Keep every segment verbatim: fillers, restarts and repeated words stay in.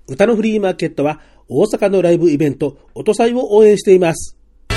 歌のフリーマーケットは大阪のライブイベント音祭を応援しています。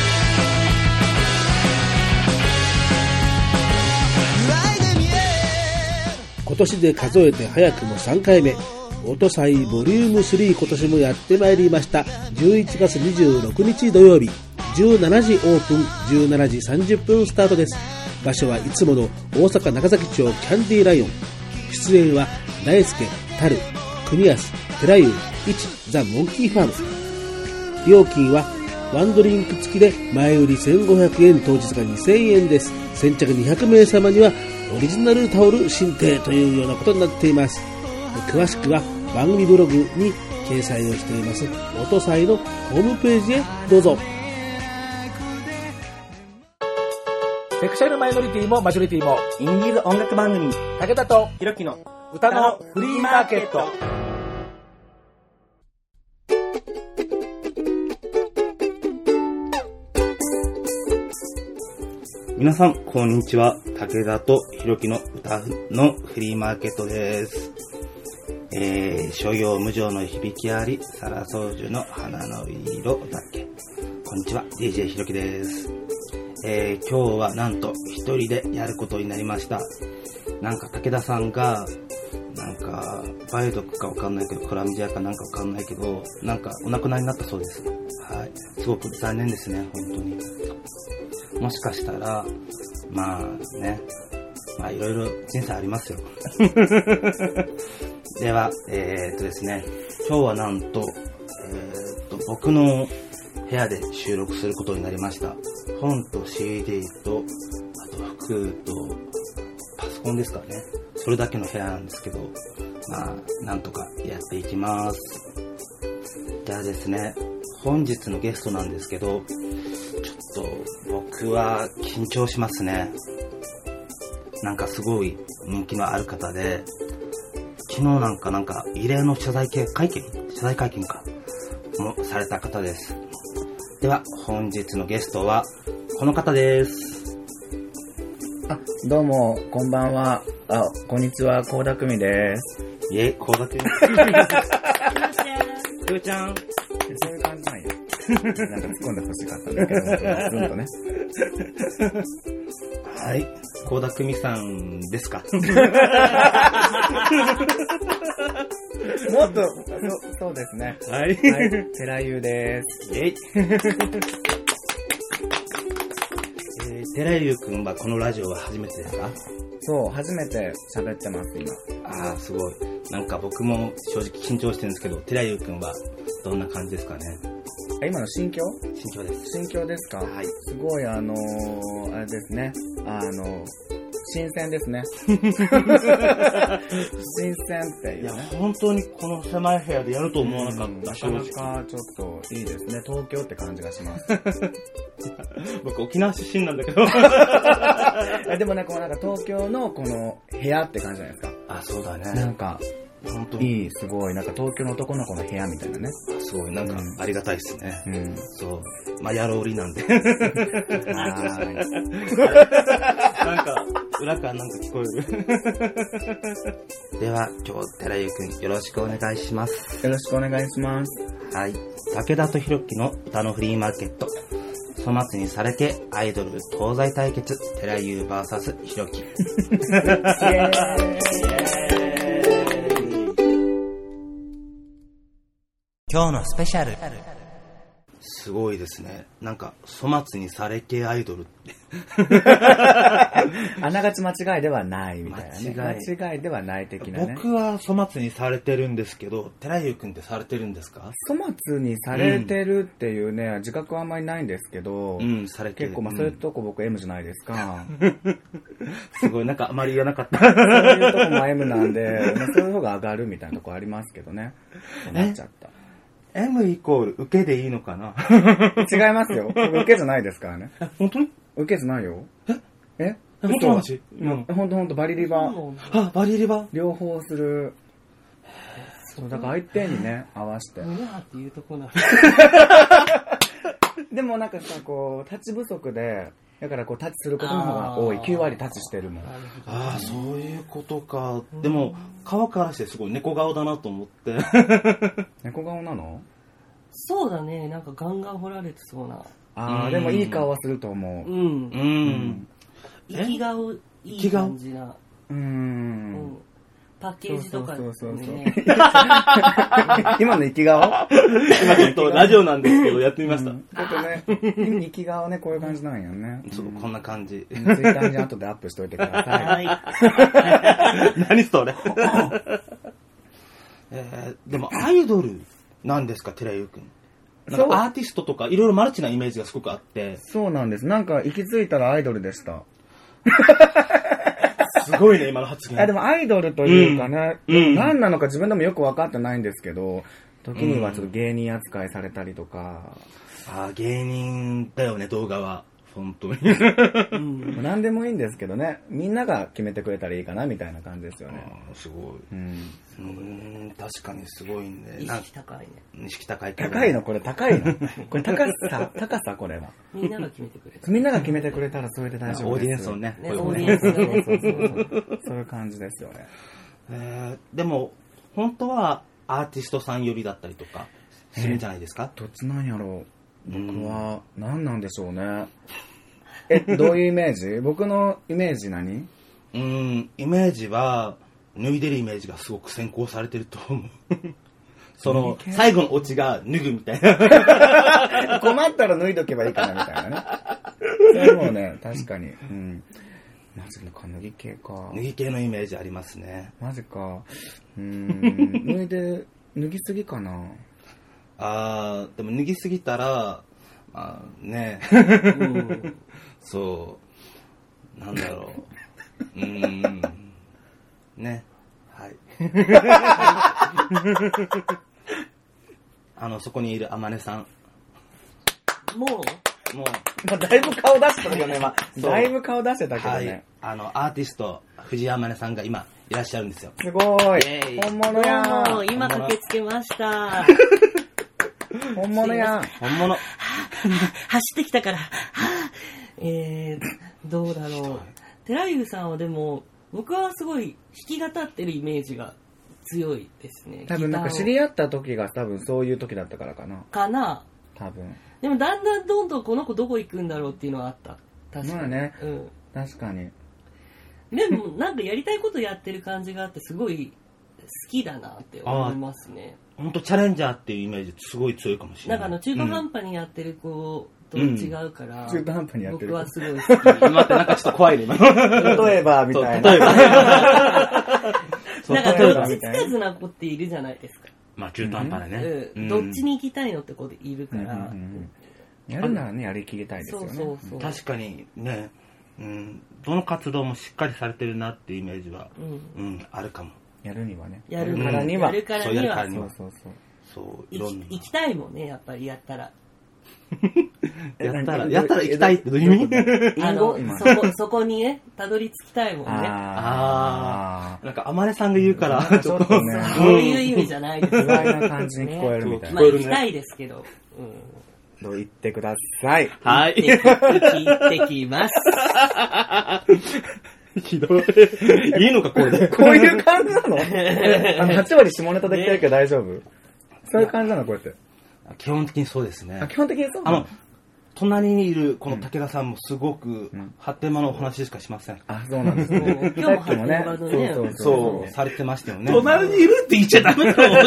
今年で数えて早くもさんかいめ、音祭ボリュームスリー、今年もやってまいりました。じゅういちがつにじゅうろくにち土曜日、じゅうしちじオープン、じゅうしちじさんじゅっぷんスタートです。場所はいつもの大阪中崎町キャンディーライオン。出演は大輔、タル、国安、寺優、一、ザ・モンキーファーム。料金はワンドリンク付きで前売りせんごひゃくえん、当日がにせんえんです。先着にひゃくめい様にはオリジナルタオル進呈というようなことになっています。詳しくは番組ブログに掲載をしています音祭のホームページへどうぞ。 セクシャルマイノリティもマジョリティもインディーズ音楽番組武田とひろきの歌のフリーマーケット。 皆さんこんにちは。武田とひろきの歌のフリーマーケットです。えー、諸行無常の響きあり、皿操縦の花の色だけ。こんにちは、 ディージェー ひろきです。えー、今日はなんと一人でやることになりました。なんか武田さんがなんか梅毒かわかんないけどクラミジアかなんかわかんないけどなんかお亡くなりになったそうです。はい、すごく残念ですね、本当に。もしかしたらまあね、まあいろいろ人生ありますよではえー、っとですね今日はなんと、えー、っと僕の部屋で収録することになりました。本と シーディー とあと服とパソコンですかね、それだけの部屋なんですけど、まあなんとかやっていきます。じゃあですね、本日のゲストなんですけど、ちょっと僕は緊張しますね。なんかすごい人気のある方で、昨日なんかなんか異例の謝罪会見謝罪会見かもされた方です。では本日のゲストはこの方です。 あ、どうもこんばんは。あ、こんにちは、倖田來未です。 いえ、倖田來未くーちゃんそういう感じなんやなんか突っ込んでほしかったんだけど、ずんとねはい、倖田來未さんですかもっと そ, そうですね。 はい、 はい、寺優です。 イェイえー、寺優くんはこのラジオは初めてですか？ そう、初めて喋ってます今。 あー、すごい。なんか僕も正直緊張してるんですけど、寺優くんはどんな感じですかね？ 今の心境？ 心境です。 心境ですか？ はい。 すごいあのー、あれですね。あの新鮮ですね。新鮮っていうね。 いや本当にこの狭い部屋でやると思わなかった。 なかなかちょっといいですね。東京って感じがします。 僕沖縄出身なんだけど。 でもね、こうなんか東京のこの部屋って感じじゃないですか。 あ、そうだね。 なんか本当にいい、すごいなんか東京の男の子の部屋みたいなね。 すごいなんかありがたいですね。 うん。 そう。まあやろうりなんで。 はーい。 なんか裏からなんか聞こえる。では今日寺優くんよろしくお願いします。 よろしくお願いします。 はい。武田とひろきの歌のフリーマーケット。粗末にされてアイドル東西対決、寺優 ブイエス ひろき。イエーイ。今日のスペシャル。すごいですね。なんか粗末にされ系アイドルってあながち間違いではないみたいなね。 間違い間違いではない的なね。 僕は粗末にされてるんですけど、寺優くんってされてるんですか？ 粗末にされてるっていうね、うん、自覚はあんまりないんですけど、 うん、されてる。 結構まあそういうとこ僕 M じゃないですか。 すごいなんかあまり言わなかった。 そういうとこも M なんで、まあ、そういう方が上がるみたいなとこありますけどね。なっちゃった。 M イコール受けでいいのかな？ 違いますよ。受けじゃないですからね。 本当に？ 受けじゃないよ。 え？ え？ 本当の話？ うん。本当本当バリリバ。 あ、バリリバ？ 両方する。そうだから相手にね合わせて。 うわっていうとこな。 でもなんかさ、こう立ち不足でだからこうタッチすることの方が多い。きゅうわりタッチしてるもん。 ああ、そういうことか。でも、顔からしてすごい猫顔だなと思って。 猫顔なの？ そうだね、なんかガンガン掘られてそうな。 ああ、でもいい顔はすると思う。 うん。うん。生き顔、いい感じな。 うーん。 パッケージとか、ね、そうそうそうそう今の生き顔今ちょっとラジオなんですけどやってみました。うん、 ちょっとね、生き顔ね、こういう感じなんやね。 そう、こんな感じ。 ツイッターに後でアップしといてください。 はい。何それ、えー、でもアイドルなんですか、寺優くん。なんかアーティストとかいろいろマルチなイメージがすごくあって。 そうなんです。なんか行き着いたらアイドルでした。 すごいね、今の発言。 あ、でもアイドルというかね、うん、何なのか自分でもよく分かってないんですけど、時にはちょっと芸人扱いされたりとか。 うん、ああ、芸人だよね、動画は。本当に。 うん、何でもいいんですけどね、みんなが決めてくれたらいいかなみたいな感じですよね。 あ、すごい。うん。うん、確かにすごいね。 意識高いね。 意識高い。 高いのこれ高いのこれ高さ、高さこれは。 みんなが決めてくれた。 みんなが決めてくれたらそれで大丈夫です。 オーディエンスをね。 ね、オーディエンスをね。 そうそうそう。そういう感じですよね。 えー、でも、本当はアーティストさん呼びだったりとかするんじゃないですか？ どっちなんやろう。僕は何なんでしょうね。え、どういうイメージ？僕のイメージ何？ うーん、イメージは脱いでるイメージがすごく先行されてると思う。その最後のオチが脱ぐみたいな。 困ったら脱いどけばいいかなみたいなね。それもね、確かに。うん。マジか、脱ぎ系か。 脱ぎ系のイメージありますね。 マジか。うーん。脱いで、脱ぎすぎかな。 あー、でも脱ぎすぎたら、まあね、うん、そう、なんだろう。うーん。ね。はい。あの、そこにいる天音さん。 もうもう。 まあ、だいぶ顔出してたけどね、まあ、だいぶ顔出してたけどね。はい、 あの、アーティスト、藤井天音さんが今、いらっしゃるんですよ。 すごーい。本物やん。 もう、今駆けつけました。 本物やん。 本物。 走ってきたから。えー、どうだろう。寺優さんはでも、僕はすごい弾き語ってるイメージが強いですね。 多分なんか知り合った時が多分そういう時だったからかな。 かな。 多分。 でもだんだんどんどんこの子どこ行くんだろうっていうのはあった。確かに。 まあね。 うん。 確かに。 でもなんかやりたいことやってる感じがあってすごい好きだなって思いますね。 本当チャレンジャーっていうイメージすごい強いかもしれない。 なんかあの中途半端にやってる子と違うから、 うん、中途半端にやってる僕はすごい好き。 待って、なんかちょっと怖いね今。 例えばみたいな。例えば。 なんかどっちつかずな子っているじゃないですか。 まあ中途半端だね、 うんうん。どっちに行きたいのって子でいるから。うんうんうん、 やるならねやりきりたいですよね。 そうそうそう。 確かにね、うん、どの活動もしっかりされてるなっていうイメージは、うんうん、あるかも。 やるにはね。 やるからには。やるからには。 そうそうそう。 そういろんな行きたいもんね、やっぱりやったら。 やったら、やったら行きたいってどういう意味？ あの、そこ、そこにね、たどり着きたいもんね。 ああ。なんか、天音さんが言うから、 ちょっとね。 そういう意味じゃないです。 不安な感じに聞こえるみたいな。 まあ、行きたいですけど。 どう言ってください。 はい。 行ってきます。 ひどい。いいのか、これで。 こういう感じなの？あの、はち割下ネタできてるけど大丈夫？そういう感じなのこうやって。 基本的にそうですね。 基本的にそうなの？あの、隣にいるこの武田さんもすごく発展場のお話しかしません。 あ、そうなんですね。 今日も発展場のね。 そうそう、されてましたよね。 隣にいるって言っちゃダメだろ、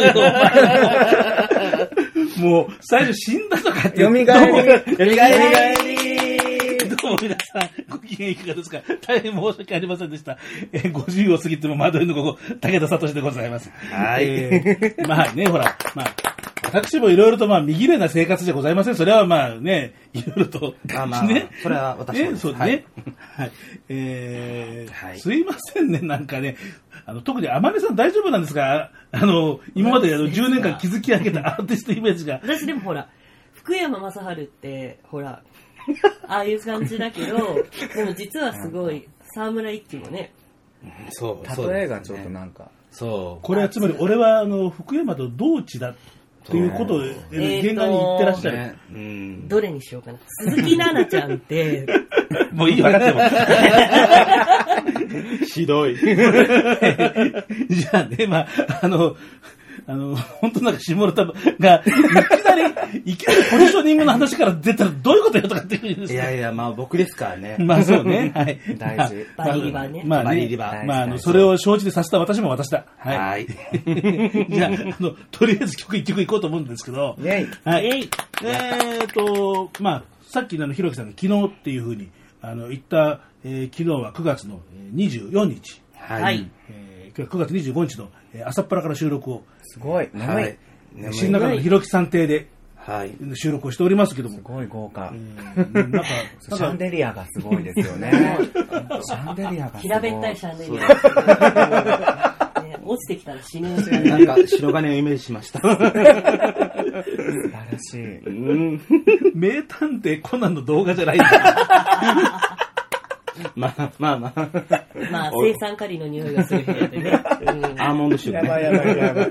もう、最初死んだとかって。 よみがえり。 よみがえり。 どうも皆さん、ご機嫌いかがですか？大変申し訳ありませんでした。えー、ごじゅうを過ぎても間取りのここ、武田聡でございます。 はい。 えー、まあね、ほら、まあ、私もいろいろとまあ、身切れな生活じゃございません。それはまあね、いろいろと。 まあまあ、ね、それは私もです。 ね、そうね。はい。はい、えーはい、すいませんね、なんかね、あの、特に天音さん大丈夫なんですか？あの、今まであのじゅうねんかん築き上げたアーティストイメージが。 私でもほら、福山雅治って、ほら、ああいう感じだけど、でも実はすごい、沢村一樹もね。 そう、 例えがちょっとなんか。 そう。 これはつまり俺はあの、福山と同地だ。 ということを、えー、現場に言ってらっしゃる、ねうん、どれにしようかな。鈴木奈々ちゃんってもういい分かってもひどいじゃあね、まああのあの、本当なんか下ネタが、いきなり、いきなりポジショニングの話から出たらどういうことよとかって言うんですか。 いやいや、まあ僕ですからね。 まあそうね。はい。 大事。 バリリバね。 まあね。 バリリバ。 まああの、それを承知でさせた私も私だ。 はい。はい、 じゃあ、あの、とりあえず曲一曲いこうと思うんですけど。 イェイ。 はい。えーと、まあ、さっきのひろきさんが昨日っていうふうに、あの、言った、えー、昨日はくがつのにじゅうよっか。 はい。 えー、今日はくがつにじゅうごにちの、えー、朝っぱらから収録を。 すごい。 はい。 新中野のひろきさん邸で、 はい、 収録をしておりますけども。 すごい豪華。 なんか、 シャンデリアがすごいですよね。シャンデリアがすごい。 平べったいシャンデリア。ね、落ちてきたら死ぬ。 なんか白金をイメージしました。素晴らしい。 うん、名探偵コナンの動画じゃないんだ。 まあまあまあ。 まあ、生産カリの匂いがする部屋でね。 うん、アーモンド臭ね。 やばいやばいやばい。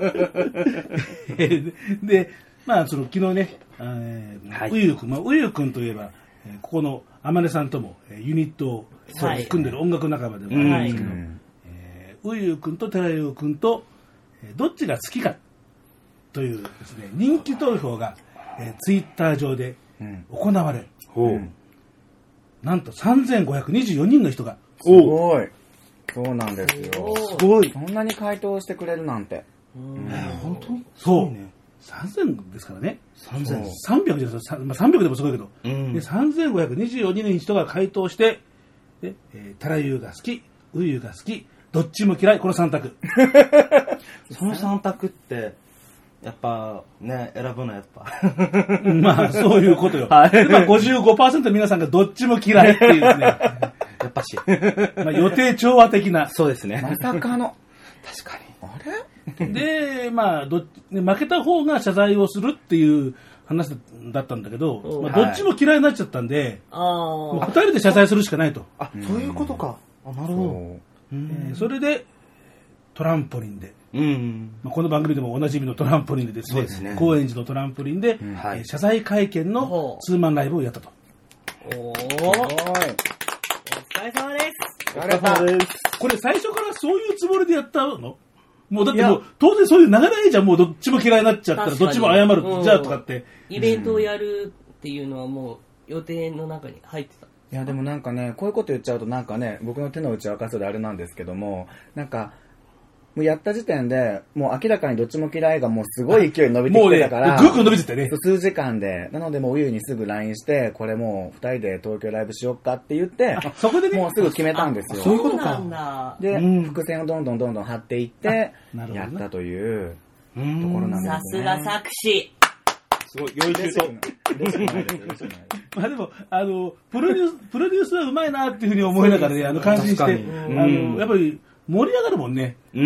で、まあ、その昨日ね、えーはい、うゆうくん、まあ、うゆうくんといえば、えー、ここの天音さんともユニットを組んでる音楽仲間でもあるんですけど、はい、えー、うゆうくんと寺ゆうくんと、えー、どっちが好きかというですね、人気投票が、えー、ツイッター上で行われ、うんうん、なんとさんぜんごひゃくにじゅうよにんの人が、 すごい。そうなんですよ。 すごい。 そんなに回答してくれるなんて。 うん、本当？ そう。さんぜんですからね。 さんぜん。 さんびゃくですよ。まあ、さんびゃくでもすごいけど。うん、でさんぜんごひゃくにじゅうよにんの人が回答して、で、えー、たらゆうが好き、うゆうが好き、どっちも嫌い、このさん択。 そのさん択って、やっぱね、選ぶのやっぱ。 まあ、そういうことよ。はい、まあ、ごじゅうごパーセント 皆さんがどっちも嫌いっていうですね。 やっぱし。 まあ、予定調和的な。 そうですね。 まさかの。 確かに。 あれで、まあど、負けた方が謝罪をするっていう話だったんだけど、まあ、どっちも嫌いになっちゃったんで、はい、ふたりで謝罪するしかないと。 あ、そういうことか。あ、なるほど。 えー、それで、トランポリンで、 うんまあ、この番組でもおなじみのトランポリンでですね、ですね、高円寺のトランポリンで、うんはい、謝罪会見のツーマンライブをやったと。 おー、すごい。お疲れ様です。 お疲れ様です。これ最初からそういうつもりでやったの？もうだってもう当然そういう流れないじゃん。もうどっちも嫌いになっちゃったらどっちも謝る、うん、じゃあとかって。 イベントをやるっていうのはもう予定の中に入ってた。 いやでもなんかね、こういうこと言っちゃうとなんかね、僕の手の内を明かすであれなんですけども、なんかもうやった時点でもう明らかにどっちも嫌いがもうすごい勢い伸びてきてたから、 もうね、ぐんぐん伸びてたね。 数時間で、なのでもううゆにすぐ ライン して、これもうふたりで東京ライブしよっかって言って、 そこでね、 もうすぐ決めたんですよ。 そういうことか。 で、うん、伏線をどんどんどんどん張っていって、やったというところなんですね。 さすが作詞。 すごい、良い中と。まあでも、あの、プロデュース、プロデュースはうまいなっていうふうに思いながらね、あの、感心して、あの、やっぱり盛り上がるもんね。うん。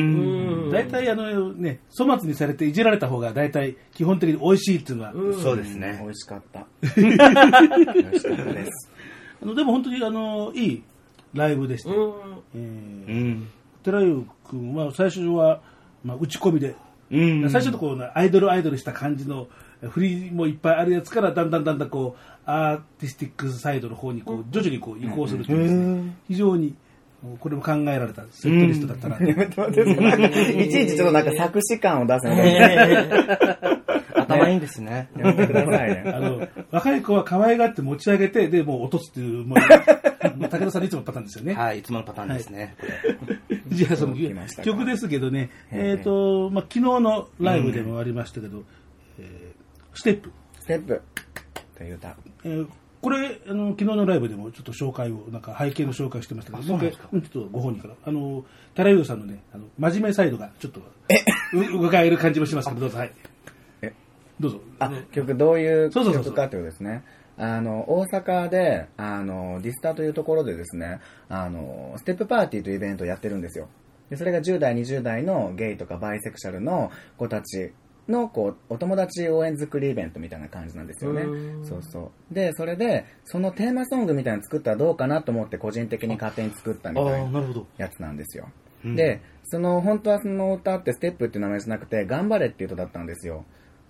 大体あのね、粗末にされていじられた方が大体基本的に美味しいっていうのは。 そうですね。 美味しかった。美味しかったです。 あの、でも本当にあの、いいライブでした。うん。えー、寺優君は最初は、まあ、打ち込みで、うん、最初のこうアイドルアイドルした感じの振りもいっぱいあるやつからだんだんだんだんこうアーティスティックサイドの方にこう徐々にこう移行するというですね、非常にこれも考えられたセットリストだったなと。 いちいちちょっとなんか作詞感を出すので頭いいんですね。 やめてくださいね。 あの若い子は可愛がって持ち上げてでもう落とすっていうもう武田さんのいつものパターンですよね。 はい、いつものパターンですね。 はい、じゃあその曲ですけどね、えっ、ー、とまあ昨日のライブでもありましたけど、うんえー、ステップステップという歌。 えーこれあの昨日のライブでもちょっと紹介をなんか背景の紹介してましたけど、もう一回ちょっとご本人からあの寺優さんのねあの真面目サイドがちょっと伺える感じもしますけどどうぞはい。 えどうぞ。 あ曲どういう曲かというですね。あの大阪であのディスタというところでですねあのステップパーティーというイベントをやってるんですよ。でそれがじゅう代にじゅう代のゲイとかバイセクシャルの子たちのこうお友達応援作りイベントみたいな感じなんですよね。そうそうでそれでそのテーマソングみたいなの作ったらどうかなと思って個人的に勝手に作ったみたいなやつなんですよ。でその本当はその歌ってステップっていう名前じゃなくて頑張れっていう歌だったんですよ。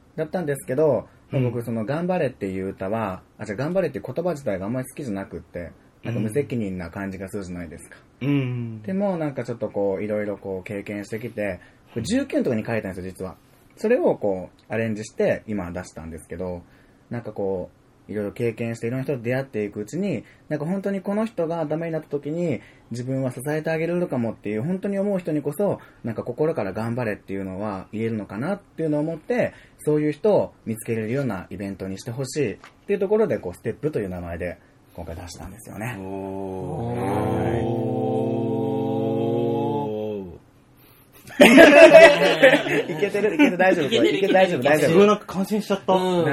だったんですけど、 うん、 僕その頑張れっていう歌は、あ、じゃあ頑張れっていう言葉自体があんまり好きじゃなくって、なんか無責任な感じがするじゃないですか。 うん、 でもなんかちょっとこういろいろこう経験してきて、じゅうきゅうのとこに書いたんですよ実は。それをこうアレンジして今出したんですけど、なんかこういろいろ経験していろんな人と出会っていくうちに、なんか本当にこの人がダメになった時に自分は支えてあげれるかもっていう本当に思う人にこそ、なんか心から頑張れっていうのは言えるのかなっていうのを思って、そういう人を見つけれるようなイベントにしてほしいっていうところで、こうステップという名前で今回出したんですよね。おー、いけてる、いけて大丈夫、いけて大丈夫、大丈夫。 すごいなんか感心しちゃった。うん、 うん、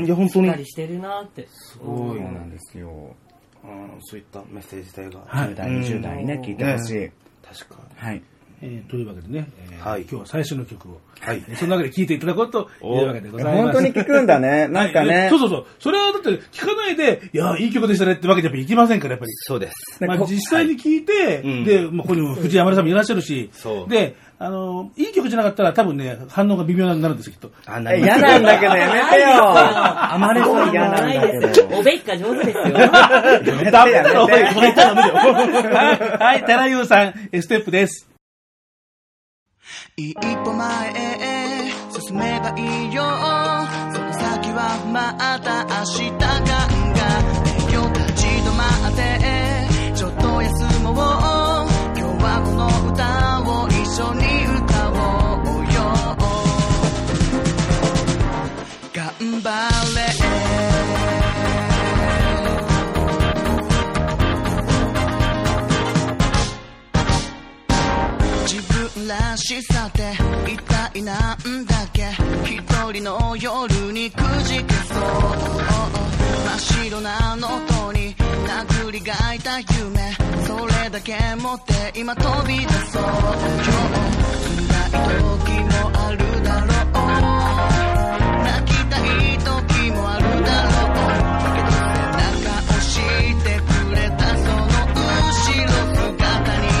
いや本当に。 しっかりしてるなって。 すごい。 そうなんですよ。 あのそういったメッセージ性が、 はい、じゅう代、にじゅう代にね、聞いてほしい。 ね、確か。 はい。 えー、というわけでね、えーはい、 今日は最初の曲を、 はい、 その中で聴いていただこうというわけでございます。 本当に聴くんだね。なんかね、 はい。そうそうそう。それはだって聴かないで、いや、いい曲でしたねってわけでやっぱりいきませんから、やっぱり。 そうです。 まあ、実際に聴いて、はい、で、まあ、ここにも藤山田さんもいらっしゃるし、 そう。 で、あの、いい曲じゃなかったら多分ね、反応が微妙になるんですよ、きっと。 あ、な嫌なんだけどやめてよ。あまりそう嫌なんだけど。 おべっか上手ですよ。 やめてダメやめて。 はい、寺優さん、ステップです。 一歩前へ進めばいいよ、その先はまた明日考えよ、立ち止まってちょっと休もう、今日はこの歌を一緒に歌おうよ、頑張れらしさって一体なんだっけ、一人の夜にくじけそう、真っ白なノートに殴り書いた夢、それだけ持って今飛び出そう、今日辛い時もあるだろう、泣きたい時もあるだろう、けど背中押してくれたその後ろ姿に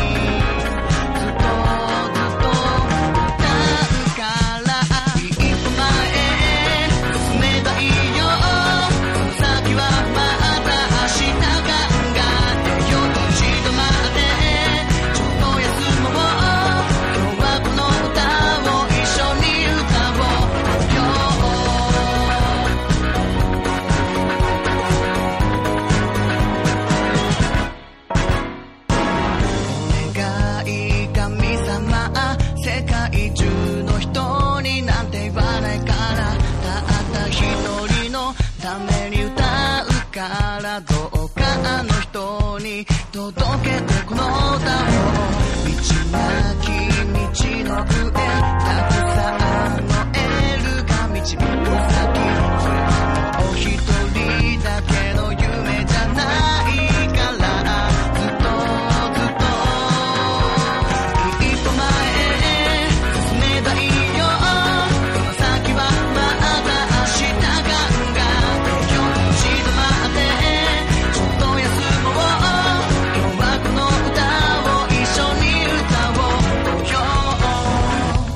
どうかあの人に届けてこの歌を、道なき道の上たくさんのエールが導く先、それはもう一人だけの夢じゃないから、ずっとずっと一歩前へ進めばいいよ、この先はまた明日考えよ、立ち止まって今日はこの歌を一緒に歌おうよ、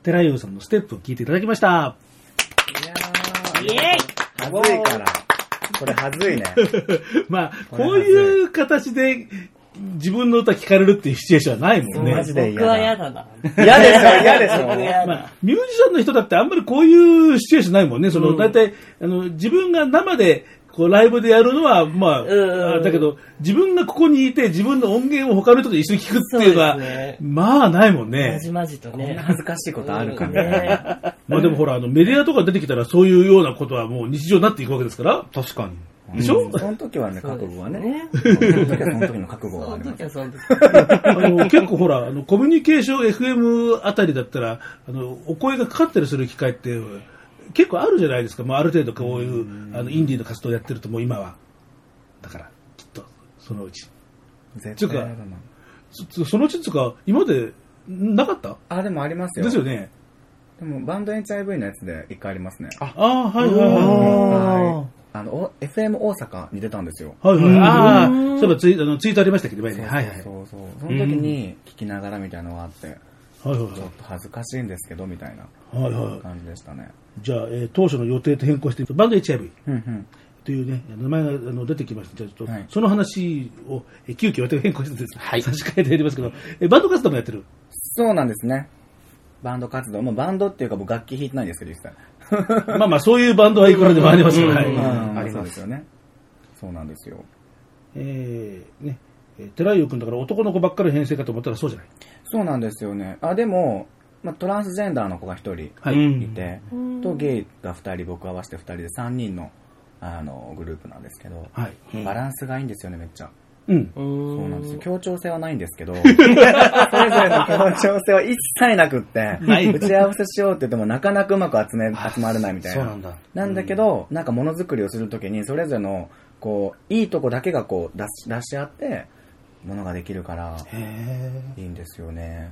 寺優さんのステップを聞いていただきました。 イエーイはずいから。これはずいね。 まあ、こういう形で自分の歌聞かれるっていうシチュエーションはないもんね。 マジで僕は嫌だな。 嫌でしょ、嫌でしょ。 まあ、ミュージシャンの人だってあんまりこういうシチュエーションないもんね。その、だいたい、あの、自分が生で、こうライブでやるのは、まあ、あだけど、自分がここにいて、自分の音源を他の人と一緒に聞くっていうのは、ね、まあ、ないもんね。 まじまじとね。 こんな恥ずかしいことあるかね。 まあでもほら、あの、メディアとか出てきたらそういうようなことはもう日常になっていくわけですから。 確かに。 でしょ、 うん、その時はね、覚悟はね。その時はその時の覚悟があります。 その時はあの結構ほら、あの、コミュニケーション エフエム あたりだったら、あの、お声がかかったりする機会って、結構あるじゃないですか。まあ、ある程度こういう、あの、インディーの活動をやってるともう今は。だから、きっと、そのうち。 絶対やだな。 そ, そのうちっていうか、今まで、なかった？ あ、でもありますよ。 ですよね。 でも、バンド エイチアイブイ のやつで一回ありますね。 ああ、はいはいはい。 あの、エフエム 大阪に出たんですよ。 はいはい。ああ、そういえばツイあのツイートありましたけど、前に。 はいはい。そうそう。その時に聞きながらみたいなのがあって、はいはい。ちょっと恥ずかしいんですけど、みたいな感じでしたね。 じゃあ、えー、当初の予定と変更して、バンド エイチアイブイ。 うんうん。 というね、名前があの出てきました。じゃあちょっと、はい、その話を、え急遽予定変更してですね、はい、差し替えてやりますけど、えバンド活動もやってる？ そうなんですね。バンド活動。もうバンドっていうか僕楽器弾いてないんですけど、実際。 まあまあ、そういうバンドはいくらでもありますよね。 ありそうですよね。そうなんですよ。 えー、ね、寺井君だから男の子ばっかり編成かと思ったらそうじゃない？ そうなんですよね。あ、でも、まあ、トランスジェンダーの子が一人いて、はい、とゲイが二人、僕合わせて二人で三人のあのグループなんですけど、はい、バランスがいいんですよね、めっちゃ。うん、そうなんですよ。協調性はないんですけど、それぞれの協調性は一切なくって、打ち合わせしようって言ってもなかなかうまく集め集まらないみたいな。そうなんだ。なんだけど、なんかものづくりをするときにそれぞれのこういいとこだけがこう出し出し合ってものができるからいいんですよね。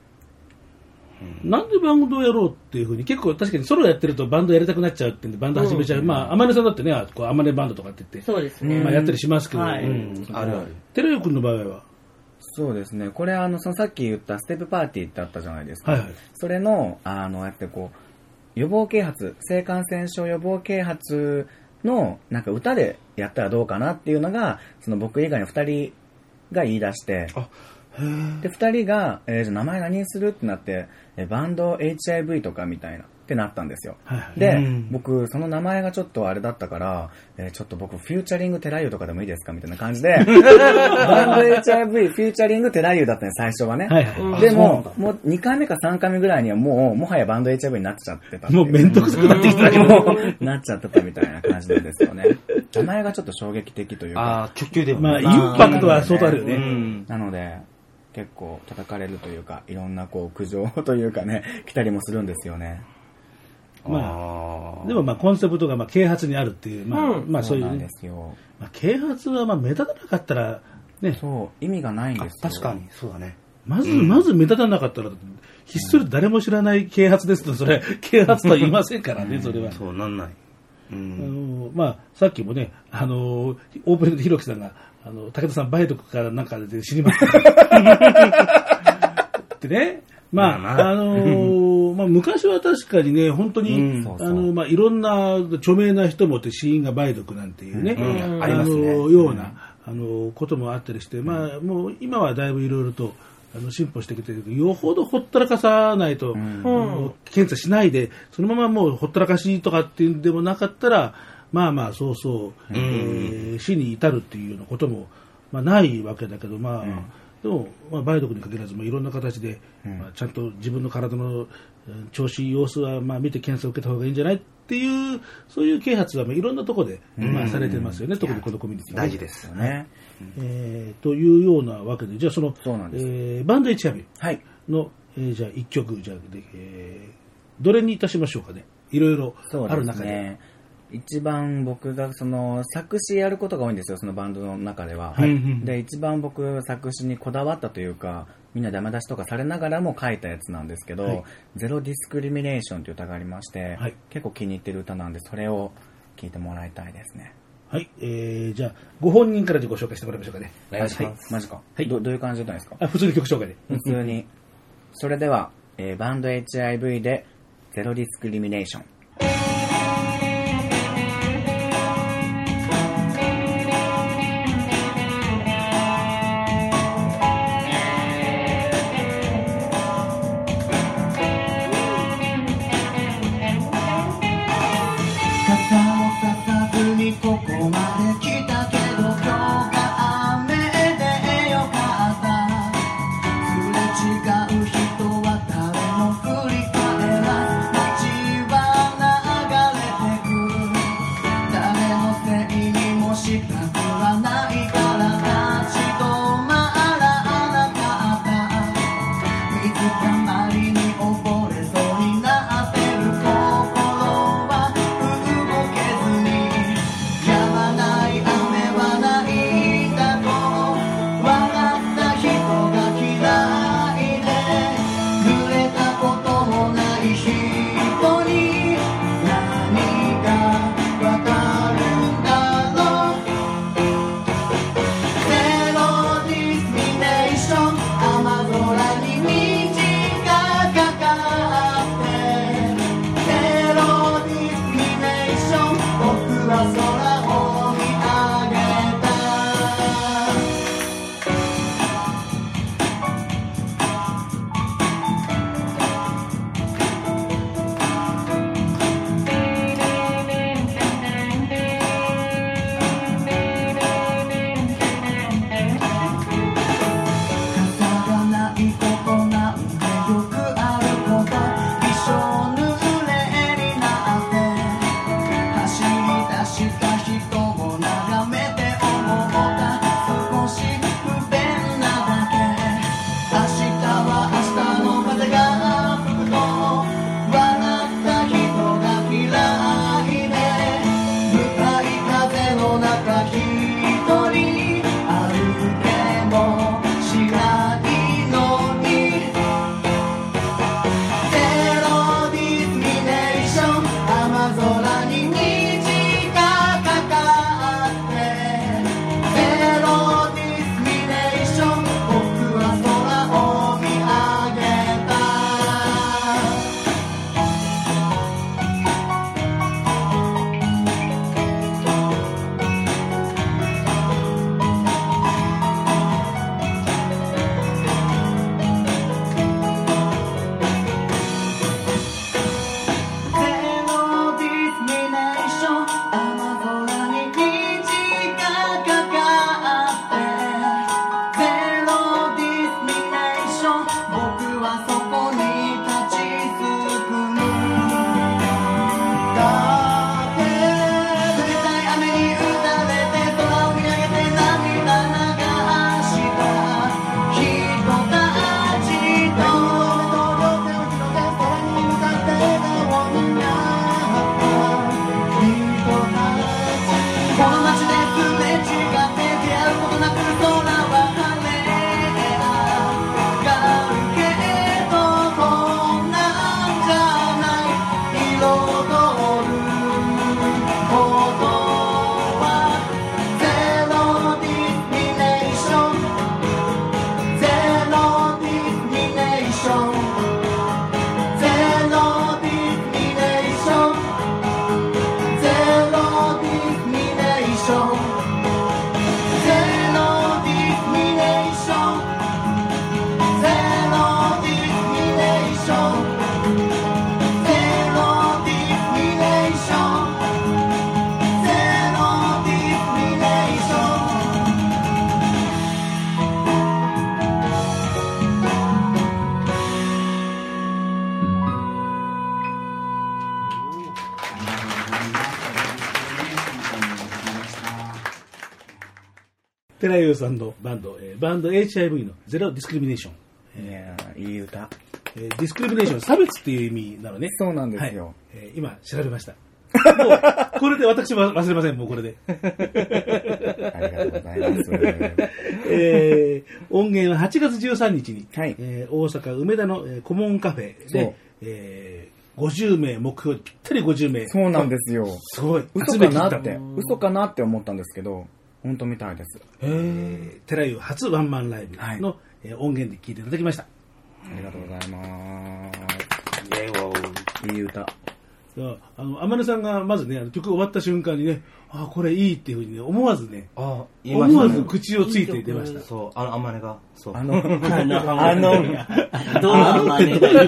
なんでバンドをやろうっていうふうに、結構確かにソロやってるとバンドやりたくなっちゃうってんでバンド始めちゃう。うん、まあ、天音さんだってね、こう天音バンドとかって言って、 そうですね。 まあやったりしますけど、 はい、 うん、あるある。テレヨ君の場合はそうですね。これあの、そのさっき言ったステップパーティーってあったじゃないですか。はいはい、それの、あの、やってこう、予防啓発、性感染症予防啓発の、なんか歌でやったらどうかなっていうのが、その僕以外の二人が言い出して、あで、二人が、えー、じゃあ名前何にするってなって、えバンド エイチアイブイ とかみたいなってなったんですよ。はいはい、で、うん、僕、その名前がちょっとあれだったから、えー、ちょっと僕、フューチャリングテラユとかでもいいですかみたいな感じで、バンド エイチアイブイ フューチャリングテラユだったね、最初はね。はいはい、でも、もうにかいめかさんかいめぐらいにはもう、もはやバンド エイチアイブイ になっちゃってた。 もうめんどくさくなってきたけど、 なっちゃってたみたいな感じなんですよね。名前がちょっと衝撃的というか。 ああ、直球でも。 まあ、インパクトは相当あるよね。うん、 なので、結構叩かれるというか、いろんなこう苦情というかね、来たりもするんですよね。 まあ、でもまあコンセプトがまあ啓発にあるっていう、まあ、うん、まあそういう、ね、 そうなんですよ。 まあ、啓発はまあ目立たなかったらね、 そう意味がないんですよ。 確かにそうだね。 まず、うん、まず目立たなかったらひっそり誰も知らない啓発ですと、それ啓発とは言いませんからね、それは。 うん、そうなんない。 うん、あのまあさっきもね、あのオープニングでひろきさんがあの武田さん梅毒からなんかで死にましたってね。まあ、まあ、あのー、まあ、昔は確かにね、本当に、うん、そうそうあの、まあ、いろんな著名な人もって死因が梅毒なんていうね、うんうん、あのような、あの、こともあったりして、うん、まあ、もう今はだいぶいろいろと、あの、進歩してきてるけど、よほどほったらかさないと、うん、検査しないで、そのままもうほったらかしとかっていうんでもなかったら、まあまあ、そうそう、うんえー、死に至るっていうようなことも、まあ、ないわけだけど、まあ、うんでも、まあ、梅毒に限らず、まあ、いろんな形で、うんまあ、ちゃんと自分の体の調子、様子は、まあ、見て検査を受けた方がいいんじゃないっていう、そういう啓発は、まあ、いろんなところで、まあ、されてますよね、特にこのコミュニティ、 大事ですよね。 えー、というようなわけで、じゃあその、そえー、バンド エイチアイブイ の、はいえー、じゃあいっきょく、じゃあ、えー、どれにいたしましょうかね。いろいろある中で。 一番僕がその作詞やることが多いんですよ、そのバンドの中では。はい、で一番僕作詞にこだわったというか、みんなダメ出しとかされながらも書いたやつなんですけど、はい、ゼロディスクリミネーションという歌がありまして、はい、結構気に入ってる歌なんで、それを聴いてもらいたいですね。 はい、えー、じゃあご本人から自己紹介してもらいましょうかね。 お願いします。はい、マジか。はい、ど, どういう感じだったんですか？ あ、普通に曲紹介で。 普通に。それではえー、バンド エイチアイブイ でゼロディスクリミネーション。 ここまで来たけど今日が雨でよかった。すれ違う人は誰も振り返らず道は流れてく。誰のせいにもしたくはないから立ち止まらなかった。水たまりに溺れそうになってる心は動けずに寺優さんのバンド、えー、バンド エイチアイブイ のゼロディスクリミネーション。 いやー、いい歌。 えー、ディスクリミネーション、差別っていう意味なのね。 そうなんですよ。 はい、えー、今、調べました。もう、これで私は忘れません、もうこれで。 ありがとうございます。 えー、音源ははちがつじゅうさんにちに、 はいえー、大阪梅田の、えー、コモンカフェで、えー、ごじゅうめい目標、ぴったりごじゅうめい。 そうなんですよ。 すごい。 嘘かなって、嘘かなって思ったんですけど、本当みたいです。 えー、寺優初ワンマンライブの、はい、えー、音源で聴いていただきました。 ありがとうございます。 いい歌。 あの、天音さんがまずね、あの曲終わった瞬間にね、あ、これいいっていうふうにね、思わずね、 あ言いましたね、 思わず口をついて出ました。 そう、あの、天音が、そう。 あの、 あの、あの、どんな真似だよ。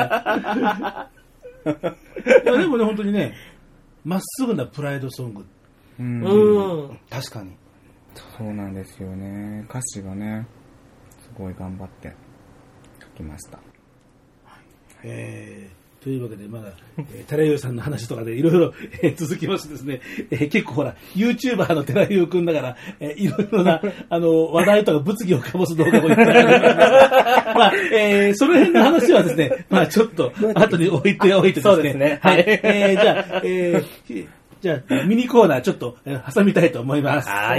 いやでもね、本当にね、まっすぐなプライドソング。 うん、 うん。 確かに。 そうなんですよね。歌詞がね、すごい頑張って書きました。 えーというわけで、まだ、えー、寺優さんの話とかでいろいろ続きましてですね、えー、結構ほら、YouTuber の寺優くんだから、えー、いろいろな、あの、話題とか物議を醸す動画もいっぱいあるんですが、まあ、えー、その辺の話はですね、まあちょっと、後に置いておいてですね。そうですね。はい。えー、じゃあ、えー、じゃあ、ミニコーナーちょっと、えー、挟みたいと思います。 はい。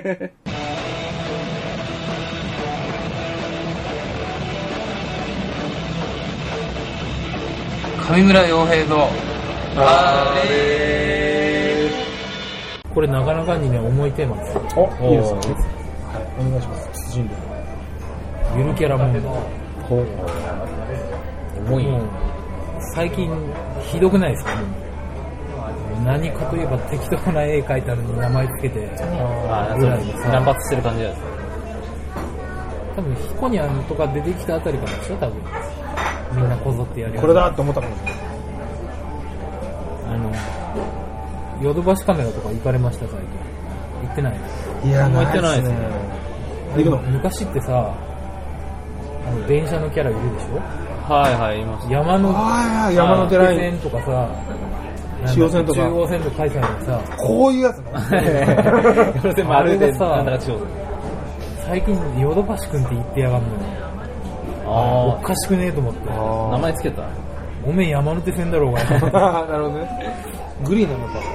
上村陽平のあれこれなかなかにね重いテーマですよ。 お、いいですね。はい、お願いします。辻んで。 ゆるキャラ問題。 ほう。 重い。最近ひどくないですか？何かといえば適当な絵描いたのに名前つけて、 ああ、そうですね。乱発してる感じです。 多分ヒコニャンとか出てきたあたりからでしょ、多分。みんなこぞってやる。 これだと思ったかもしれない。 あの、ヨドバシカメラとか行かれました、最近。行ってない？ いや、 もう行ってないですね。 行くの？ 昔ってさ、あの電車のキャラいるでしょ？ はいはい、います。 山の、 あ山の寺線とかさ、 中央線とか。 中央線とか書いてあるのさ、 こういうやつね。 あれがさ、 なんだか中央線。 最近ヨドバシ君って言ってやがんのよ。おかしくねえと思って。 名前つけた？ ごめん、山手線だろうが。 なるほどね。グリーンなのか。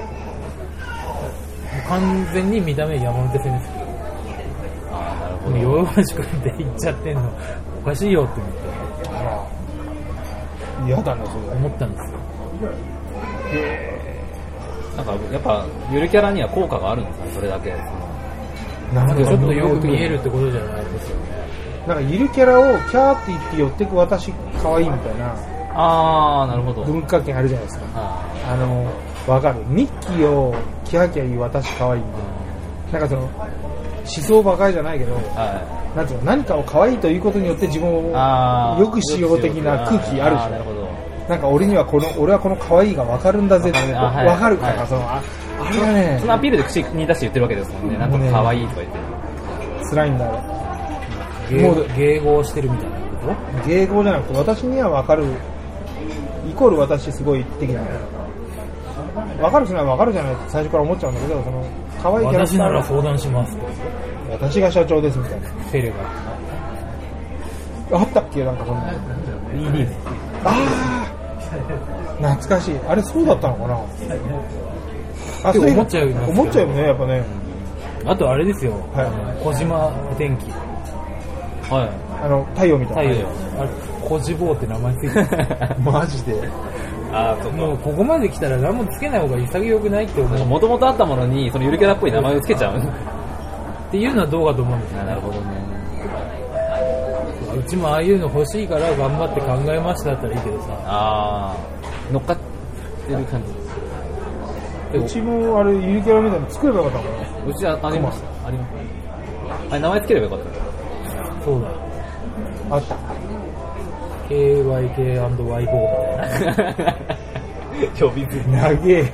完全に見た目山手線ですけど。 ああ、なるほど。 ヨドバシ君って言っちゃってんのおかしいよって思って。 あら。嫌だな、それ。 思ったんですよ。 なんかやっぱゆるキャラには効果があるんですか、それだけ。 なんかちょっとよく見えるってことじゃないですよね。 なんかゆるキャラをキャーって言って寄ってく私可愛いみたいな。 ああ、なるほど。 文化圏あるじゃないですか。 ああのわかる。ミッキーをキャーキャー言う私可愛いみたいな。なんかその思想ばかりじゃないけど、はい、なんていうの、何かを可愛いということによって自分を良くしよう的な空気あるじゃん。なるほど。なんか俺にはこの俺はこの可愛いが分かるんだぜって分かるから、はい、その あ, あれはね、 そのアピールで口に出して言ってるわけですもんね。なんか可愛いとか言ってる。 辛いんだよ。 もう迎合してるみたいなこと？ 迎合じゃなくて私には分かるイコール私すごい的な。分かる人には分かるじゃないって最初から思っちゃうんだけど、その可愛いキャラクター私なら相談しますって。 私が社長ですみたいな。 テレがあったっけ、なんかそんなイーディー で。 ああ。懐かしい。あれそうだったのかな。 あ、そう思っちゃうよね。 思っちゃうよね、やっぱね。 あとあれですよ。 はい、 小島天気。 はい。 あの太陽みたいな。 太陽。あれ小じぼうって名前ついてる。 マジで。 あ、そうか。もうここまで来たら何もつけない方が潔くないって思う。 もともとあったものにそのゆるキャラっぽい名前をつけちゃう。 っていうのはどうかと思うんですよ。 なるほどね。 うちもああいうの欲しいから頑張って考えましただったらいいけどさ。 ああ、乗っかってる感じ。 うちもあれゆるキャラみたいなの作ればよかったのかな。 うちはありました。あります。あれ名前つければよかった。 そうだ。 あった。 ケーワイケーアンドワイ ボーみたいな。 呼びず長え。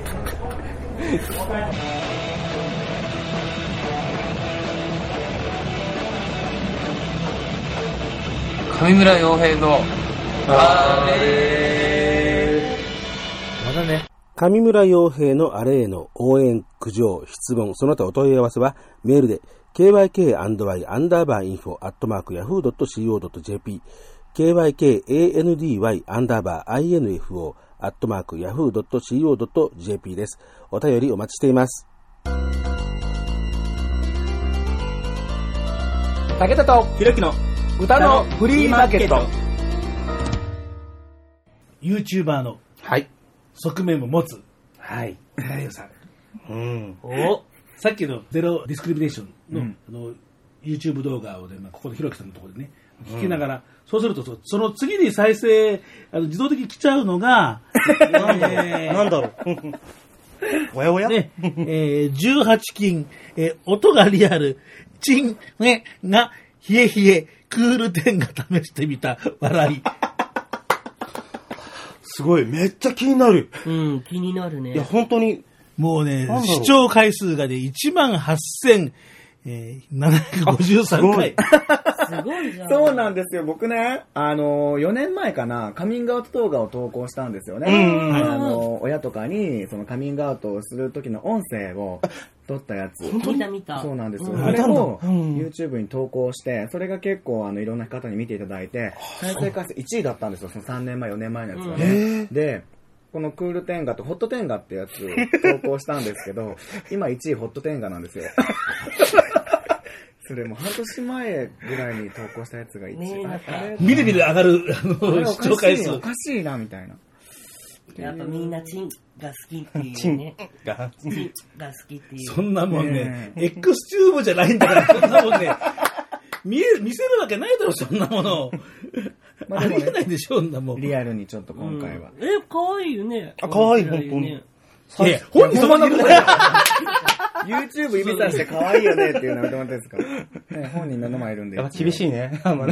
上村陽平のあれまだね。 上村陽平のあれへの応援、苦情、質問、その他お問い合わせはメールで ケーワイケーアンドワイ アンダーバーインフォアットマークヤフードットシーオードットジェーピー ケーワイケーアンドワイ アンダーバーインフォアットマークヤフードットシーオードットジェーピー です。お便りお待ちしています。 武田とひろきの歌のフリーマーケット。YouTuber の側面を持つ。 はい。 寺優さん。 うん。 おさっきのゼロディスクリミネーションの、うん、あの YouTube 動画をね、まあ、ここのひろきさんのところでね、 聞きながら、うん、そうするとその次に再生あの自動的に来ちゃうのが、 えー、なんだろうおやおや、 ねえー、じゅうはち金、えー、音がリアルチンねが冷え冷えクールテンが試してみた笑いすごいめっちゃ気になる。 うん気になるね。 いや本当にもうね視聴回数がねいちまんはっせんななひゃくごじゅうさんかい。 すごいじゃん。 そうなんですよ。僕ね、あの、よねんまえかな、カミングアウト動画を投稿したんですよね。うんあの、親とかに、そのカミングアウトをする時の音声を撮ったやつ。 見た見た。 そうなんですよ。うん、あれを YouTube に投稿して、それが結構、あの、いろんな方に見ていただいて、再生回数いちいだったんですよ。そのさんねんまえ、よねんまえのやつがね。うん、で、このクールテンガとホットテンガってやつを投稿したんですけど、今いちいホットテンガなんですよ。それも半年前ぐらいに投稿したやつが一番、 みるみる上がるあの視聴回数おかしいなみたいな。 やっぱみんなチンが好きっていうね。チンがチンが好きっていう。 そんなもんね、エックスチューブじゃないんだからそんなもんね見える見せるわけないだろそんなもの。まあ、ありえないでしょそんなもん。 リアルにちょっと今回は。 うん、え可愛いよね。 あ可愛い本当に。 いや本人そんなことない。 YouTube 指さして可愛いよねっていうのはどうですか、ね、本人目の前いるんで。 やっぱ厳しいね。 うん、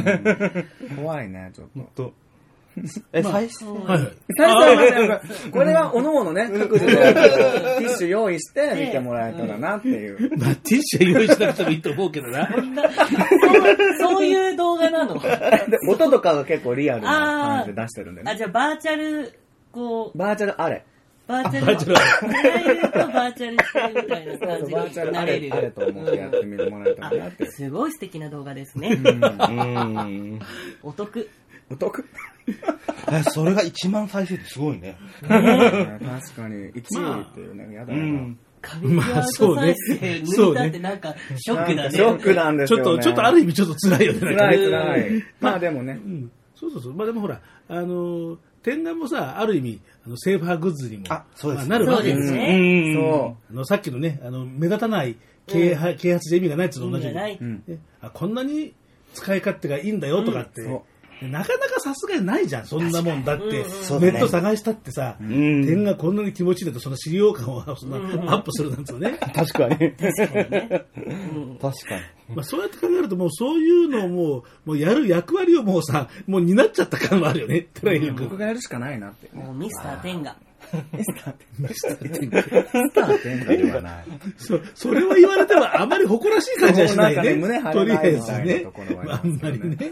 怖いね、ちょっと。 え、最初は最初はこれはおのおのね、各自でティッシュ用意して見てもらえたらなっていう。 まあ、ティッシュ用意しなくてもいいと思うけどな。 そう、そういう動画なの。 音とかが結構リアルな感じで出してるんでね。 あ、じゃあバーチャル、こう。 バーチャルあれ。 バーチャル、バーチャル、バーチャルしてるみたいな感じバーチャルあれ、あれと思ってやってみてもらえたらなって。 すごい素敵な動画ですね。お得。 お得それがいちまん再生ってすごいね。 確かに。いちいっていうね、やだな。 まあそうね。 そうね。ってなんかショックだね。 ショックなんですよね。 ちょっと、ちょっとある意味ちょっと辛いよね。 辛い辛い。まあでもね。 そうそうそう。まあでもほら、あの、天眼もさ、ある意味、あのセーファーグッズにもなるわけですよ。そう。あのさっきのね、あの目立たない啓発で意味がないっていうのと同じで、あ、こんなに使い勝手がいいんだよとかって、なかなかさすがにないじゃん、そんなもんだって。ネット探したってさ、点がこんなに気持ちいいんだと、その資料感をそんなアップするなんてね。 確かに。確かにね。確かに。 まあそうやって考えると、もうそういうのをもう、もうやる役割をもうさ、もう担っちゃった感はあるよね、トライル君。 僕がやるしかないなって。 もうミスターテンガ。 ミスターテンガ。ミスターテンガ。ミスターテンガではない。 そ、それを言われてもあまり誇らしい感じはしないね。 胸張とりあえずね。 あんまりね。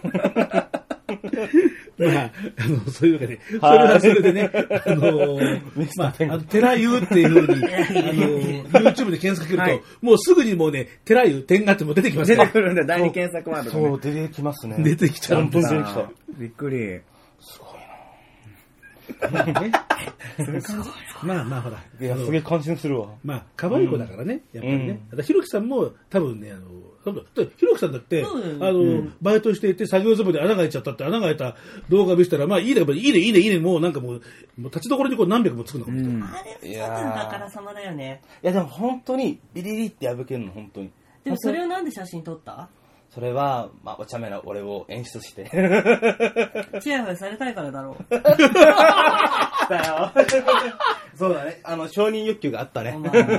まあ、あの、そういうわけで、それはそれでね、あの、まあ、あの、テラユーっていう風に、あの、YouTube で検索すると、もうすぐにもうね、テラユー、点がっても出てきますから。出てくるんで、第二検索ワードそう、出てきますね。 出てきちゃうんですよ。 びっくり。 すごいな。 まあまあほら。 いや、すげえ感心するわ。 まあ、可愛い子だからね、やっぱりね。ひろきさんも多分ね、あの、ひろきさんだって、あの、バイトしていて作業ズボンで穴が開いちゃったって穴が開いた動画見せたら、まあいいね、いいね、いいね、いいね、もうなんかもう、立ちどころにこう何百もつくのかも。 あれ、多分だから様だよね。 いやでも本当に、ビリリって破けるの、本当に。 でもそれをなんで写真撮った？ それは、まあ、お茶目な俺を演出して。 チヤホヤされたいからだろう。 だよ。そうだね。あの、承認欲求があったね。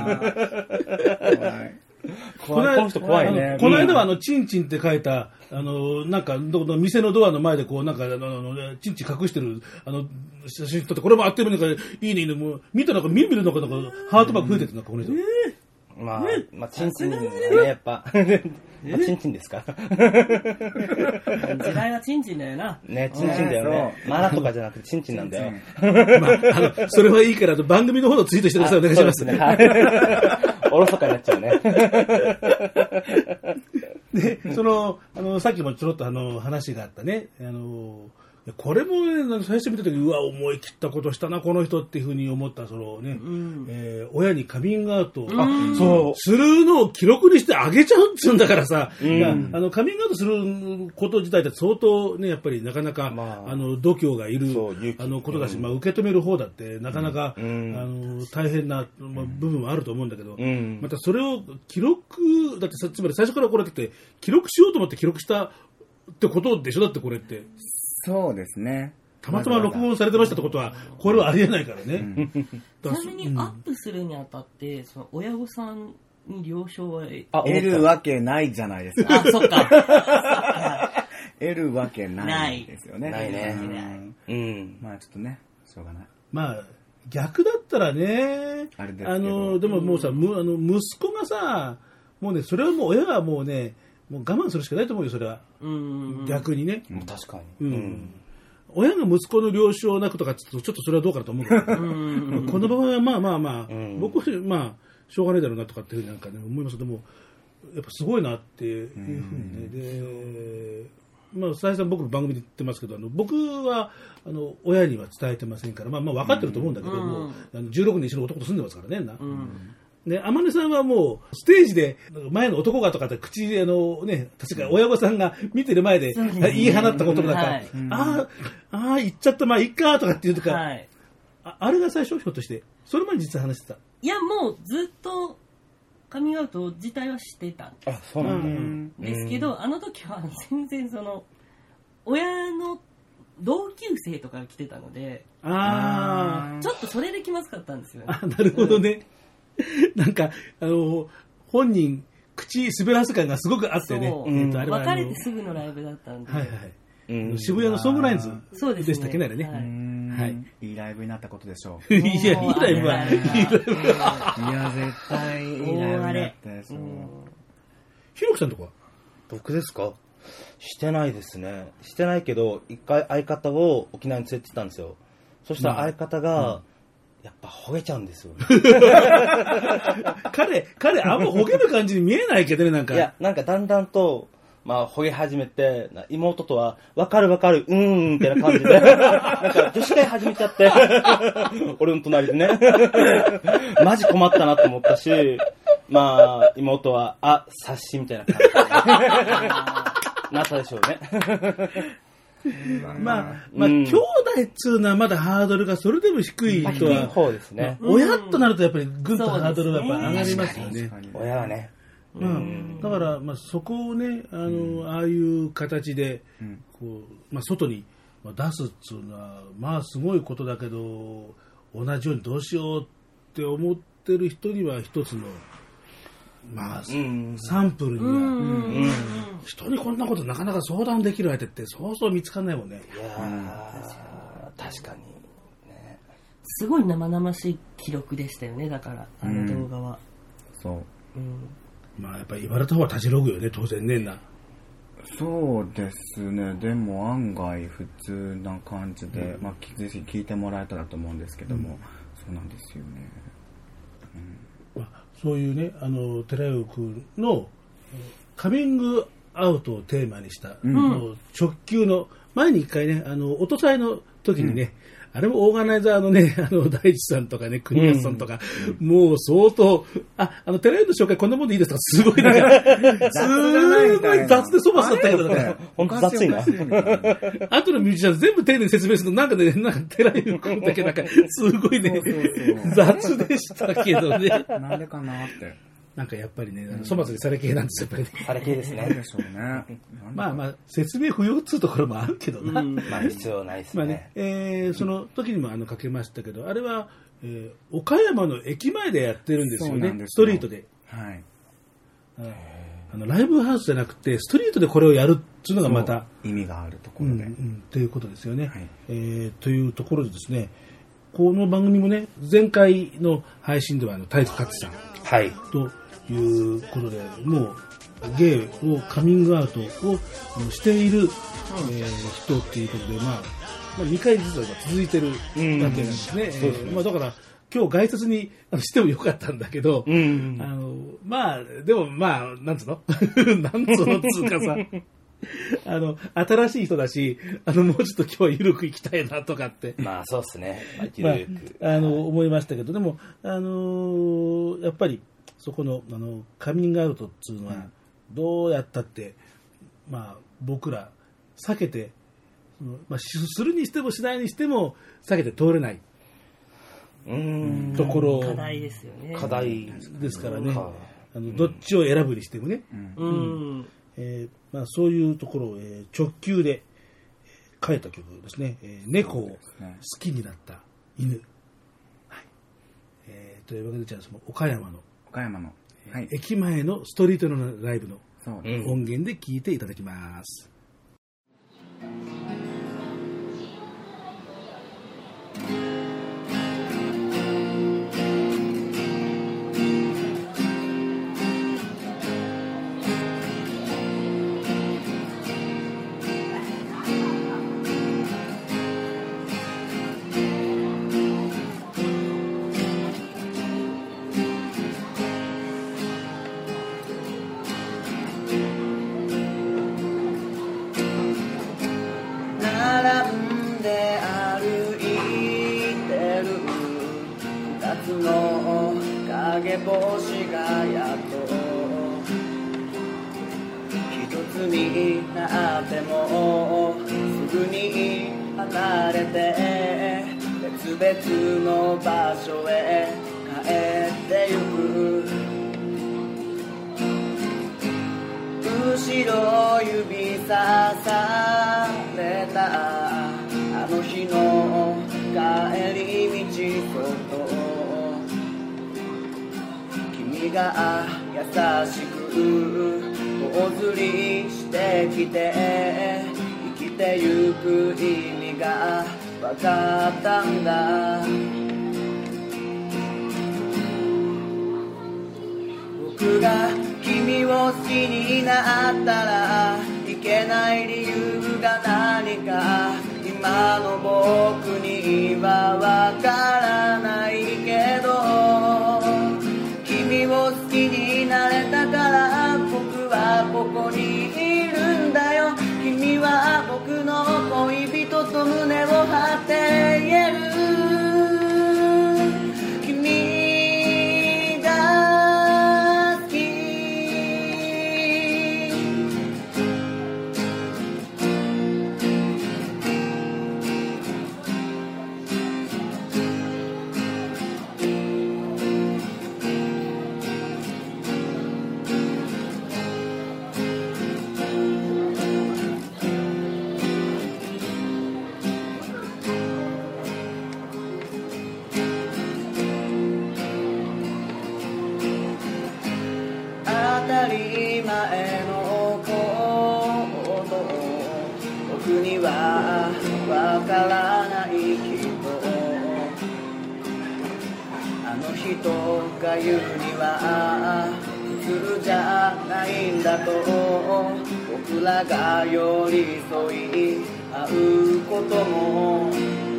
この人怖いね。この間はあの、チンチンって書いた、あの、なんか、店のドアの前でこう、なんか、あの、チンチン隠してる、あの、写真撮って、これもあってるのか、いいね、いいね、もう、見たらなんか、みるみるのか、なんか、ハートマーク増えてるのか、この人。 まあ、まあ、チンチンね、やっぱ。まあ、チンチンですか。 時代はチンチンだよな。 ね、チンチンだよね。マナとかじゃなくてチンチンなんだよ。 まあ、あの、それはいいから、番組の方のツイートしてください。お願いします。 ね、おろそかになっちゃうね。 で、その、あの、さっきもちょろっとあの、話があったね。あの、これもね、最初見たとき、うわ、思い切ったことしたな、この人っていうふうに思った、そのね、うんえー、親にカミングアウトを、あ、そう、するのを記録にしてあげちゃうっつうんだからさ、うん、あの、カミングアウトすること自体って相当ね、やっぱりなかなか、まあ、あの、度胸がいる、あの、ことだし、うん、まあ、受け止める方だって、なかなか、うん、あの、大変な、まあ、部分はあると思うんだけど、うん、またそれを記録、だってさ、つまり最初からこれだって、記録しようと思って記録したってことでしょだってこれって。 そうですね。 たまたま録音されてましたってことは、これはありえないからね。うん、 ちなみにアップするにあたって、その親御さんに了承は得るわけないじゃないですか。 あ、そっか。 得るわけないですよね。 ないね。 うん。まあちょっとね、しょうがない。 まあ、逆だったらね、あれですけど、あの、でももうさ、うん、むあの息子がさ、もうね、それはもう親はもうね、もう我慢するしかないと思うよ、それは。うん、逆にね。 うん、確かに。うん。親が息子の了承なくとかちょっとそれはどうかなと思うけど、この場合はまあまあまあ、うん、僕はまあしょうがないだろうなとかっていうふうになんかね思いますけども、やっぱすごいなっていうふうにね。で、まあ再三僕の番組で言ってますけど、あの僕はあの親には伝えてませんから、まあまあ分かってると思うんだけども、うん、あのじゅうろくにん一緒の男と住んでますからね。な。うんで、天音さんはもう、ステージで、前の男がとかって口、あのね、確か親御さんが見てる前で、言い放ったことだから、はい、ああ、ああ、言っちゃった、まあ、いっか、とかって言うとか、はい、あ、あれが最初、ひょっとして、それまで実は話してた。 いや、もう、ずっと、カミングアウト自体はしてた。 あ、そうなんだ。ですけど、あの時は、全然その、親の同級生とかが来てたので、ああ、ちょっとそれで気まずかったんですよね。 あ、なるほどね。うんなんか、あの、本人、口滑らす感がすごくあってね。 そう、えー、とあれは別れてすぐのライブだったんで。はいはい。 うん、渋谷のソングラインズでしたっけね、あれね。 はい。いいライブになったことでしょう。いや、いいライブは。いいライブは。いや、絶対いいライブになったでしょう。 ひろきさんとこは僕ですか？してないですね。してないけど、一回相方を沖縄に連れて行ったんですよ。そしたら相方が、やっぱほげちゃうんですよ、ね、 彼、彼あんまほげる感じに見えないけどね、なんか。 いや、なんかだんだんと、まあ、ほげ始めて、妹とは、わかるわかる、うーん、みたいな感じで、なんか女子会始めちゃって、俺の隣でね、マジ困ったなと思ったし、まあ、妹は、あ、察しみたいな感じで、なったでしょうね。 まあ、まあ、うん、兄弟っつうのはまだハードルがそれでも低いとは、 そうですね、 親となるとやっぱりぐんとハードルがやっぱ上がりますよね。 親はね。 まあ、だから、まあ、そこをね、あの、うん、ああいう形で、こう、まあ、外に出すっつうのは、まあ、すごいことだけど、同じようにどうしようって思ってる人には一つの、まあ、うん、サンプルには、うん、人にこんなことなかなか相談できる相手ってそうそう見つかんないもんね。 いやー、確かに、ね。 すごい生々しい記録でしたよね、だから、あの動画は。 うん、そう。 うん、まあ、やっぱり言われた方が立ちログよね、当然ねんな。 そうですね、でも案外普通な感じで、うん、まあ、ぜひ聞いてもらえたらと思うんですけども、うん、そうなんですよね。 うん、まあそういうね、あの寺尾君のカミングアウトをテーマにした、うん、直球の前に一回ね、あの音祭の時にね、うん、あれもオーガナイザーのね、あの大地さんとかね、国安さんとか、うん、もう相当、あ、あの寺尾の紹介こんなもんでいいですか、すごいなんか、すごい雑でそばだったけどね、 本当雑いな。 後のミュージシャン全部丁寧に説明するとなんかね、なんか寺尾君だけなんかすごいね、そうそうそう雑でしたけどね。 なんでかなって。 なんかやっぱりね、粗末にされ系なんですよ、やっぱりね。 され系ですね。 でしょうね。 まあまあ、説明不要っつうところもあるけどな。うん、 まあ必要ないですね。まあね、 えー、その時にもあのかけましたけど、あれは、えー、岡山の駅前でやってるんですよね、ストリートで。はい。あのライブハウスじゃなくて、ストリートでこれをやるっていうのがまた。 意味があるところで。うん、うん、 ということですよね。はい、えー、というところでですね、この番組もね、前回の配信では、あの、体育勝さん。はい。ということで、もう、ゲイをカミングアウトをしている、うん、えー、人っていうことで、まあ、まあ、にかいずつは続いてるわけなんですね。うん、えー、まあ、だから、今日外出にしてもよかったんだけど、うん、あの、まあ、でもまあ、なんつうのなんつうのつうかさ、あの、新しい人だし、あの、もうちょっと今日は緩く行きたいなとかって。 まあ、そうですね。 まあ、あの、思いましたけど、でも、あのー、やっぱり、そこの、あの、カミングアウトっていうのは、どうやったって、まあ、僕ら、避けて、まあ、するにしてもしないにしても、避けて通れない。 うーん。 ところ。 課題ですよね。 課題ですからね。あの、どっちを選ぶにしてもね。 うん。うん、 えーまあ、そういうところを、えー、直球で書いた曲ですね。えー、猫を好きになった犬。はいえー、というわけで、じゃあその岡山の岡山の、 はい、駅前のストリートのライブのそう音源で聴いていただきます。 影星がやっと一つになってもすぐに離れて別々の場所へ帰ってゆく後ろ指さされたあの日の帰り道そっと君が優しく頬ずりしてきて生きてゆく意味が分かったんだ僕が君を好きになったらいけない理由が何か今の僕には分からないけど君を好きになれたから僕はここにいるんだよ君は僕の恋人と胸を張って言える君が好き当たり前のこと僕にはわからないけどあの人が言うには普通じゃないんだと僕らが寄り添い合うことも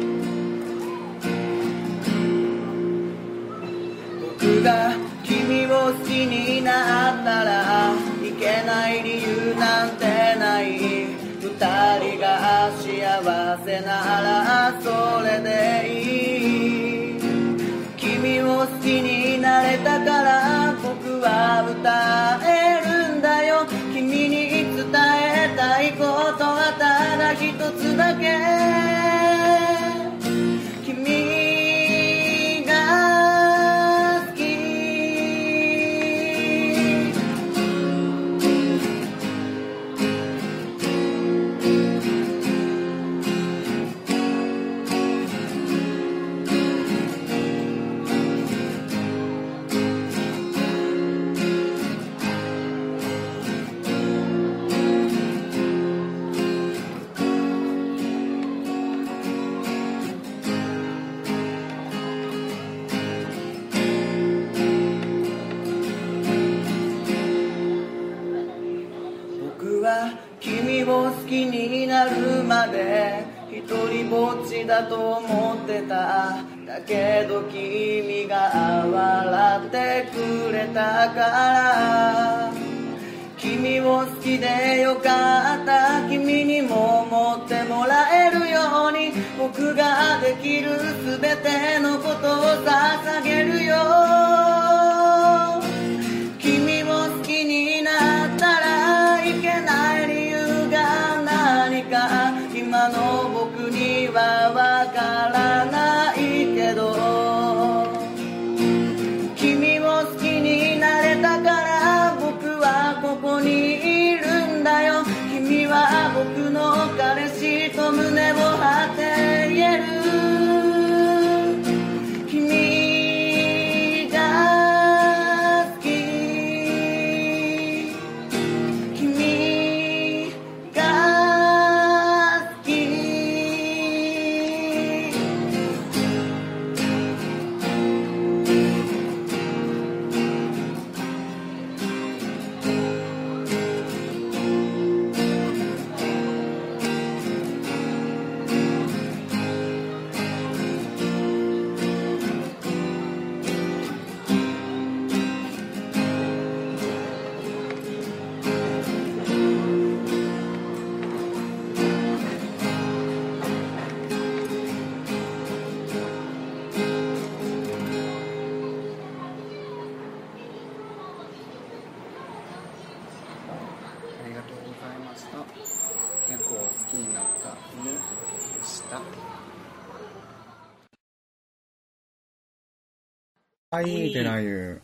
僕が君を好きになったらいけない理由なんてない二人が幸せならそれでいい君を好きになれたから僕は歌えるんだよ君に伝えたいことはただ一つだけ君が好き僕は君を好きになるまで一人ぼっちだと思ってただけど君が笑ってくれたから君を好きでよかった君にも思ってもらえるように僕ができるすべてのことを捧げるよ君を好きになったらいけない理由が何か今の僕にはわからないけど君を好きになれたから僕はここにいるんあ、いい、寺湯。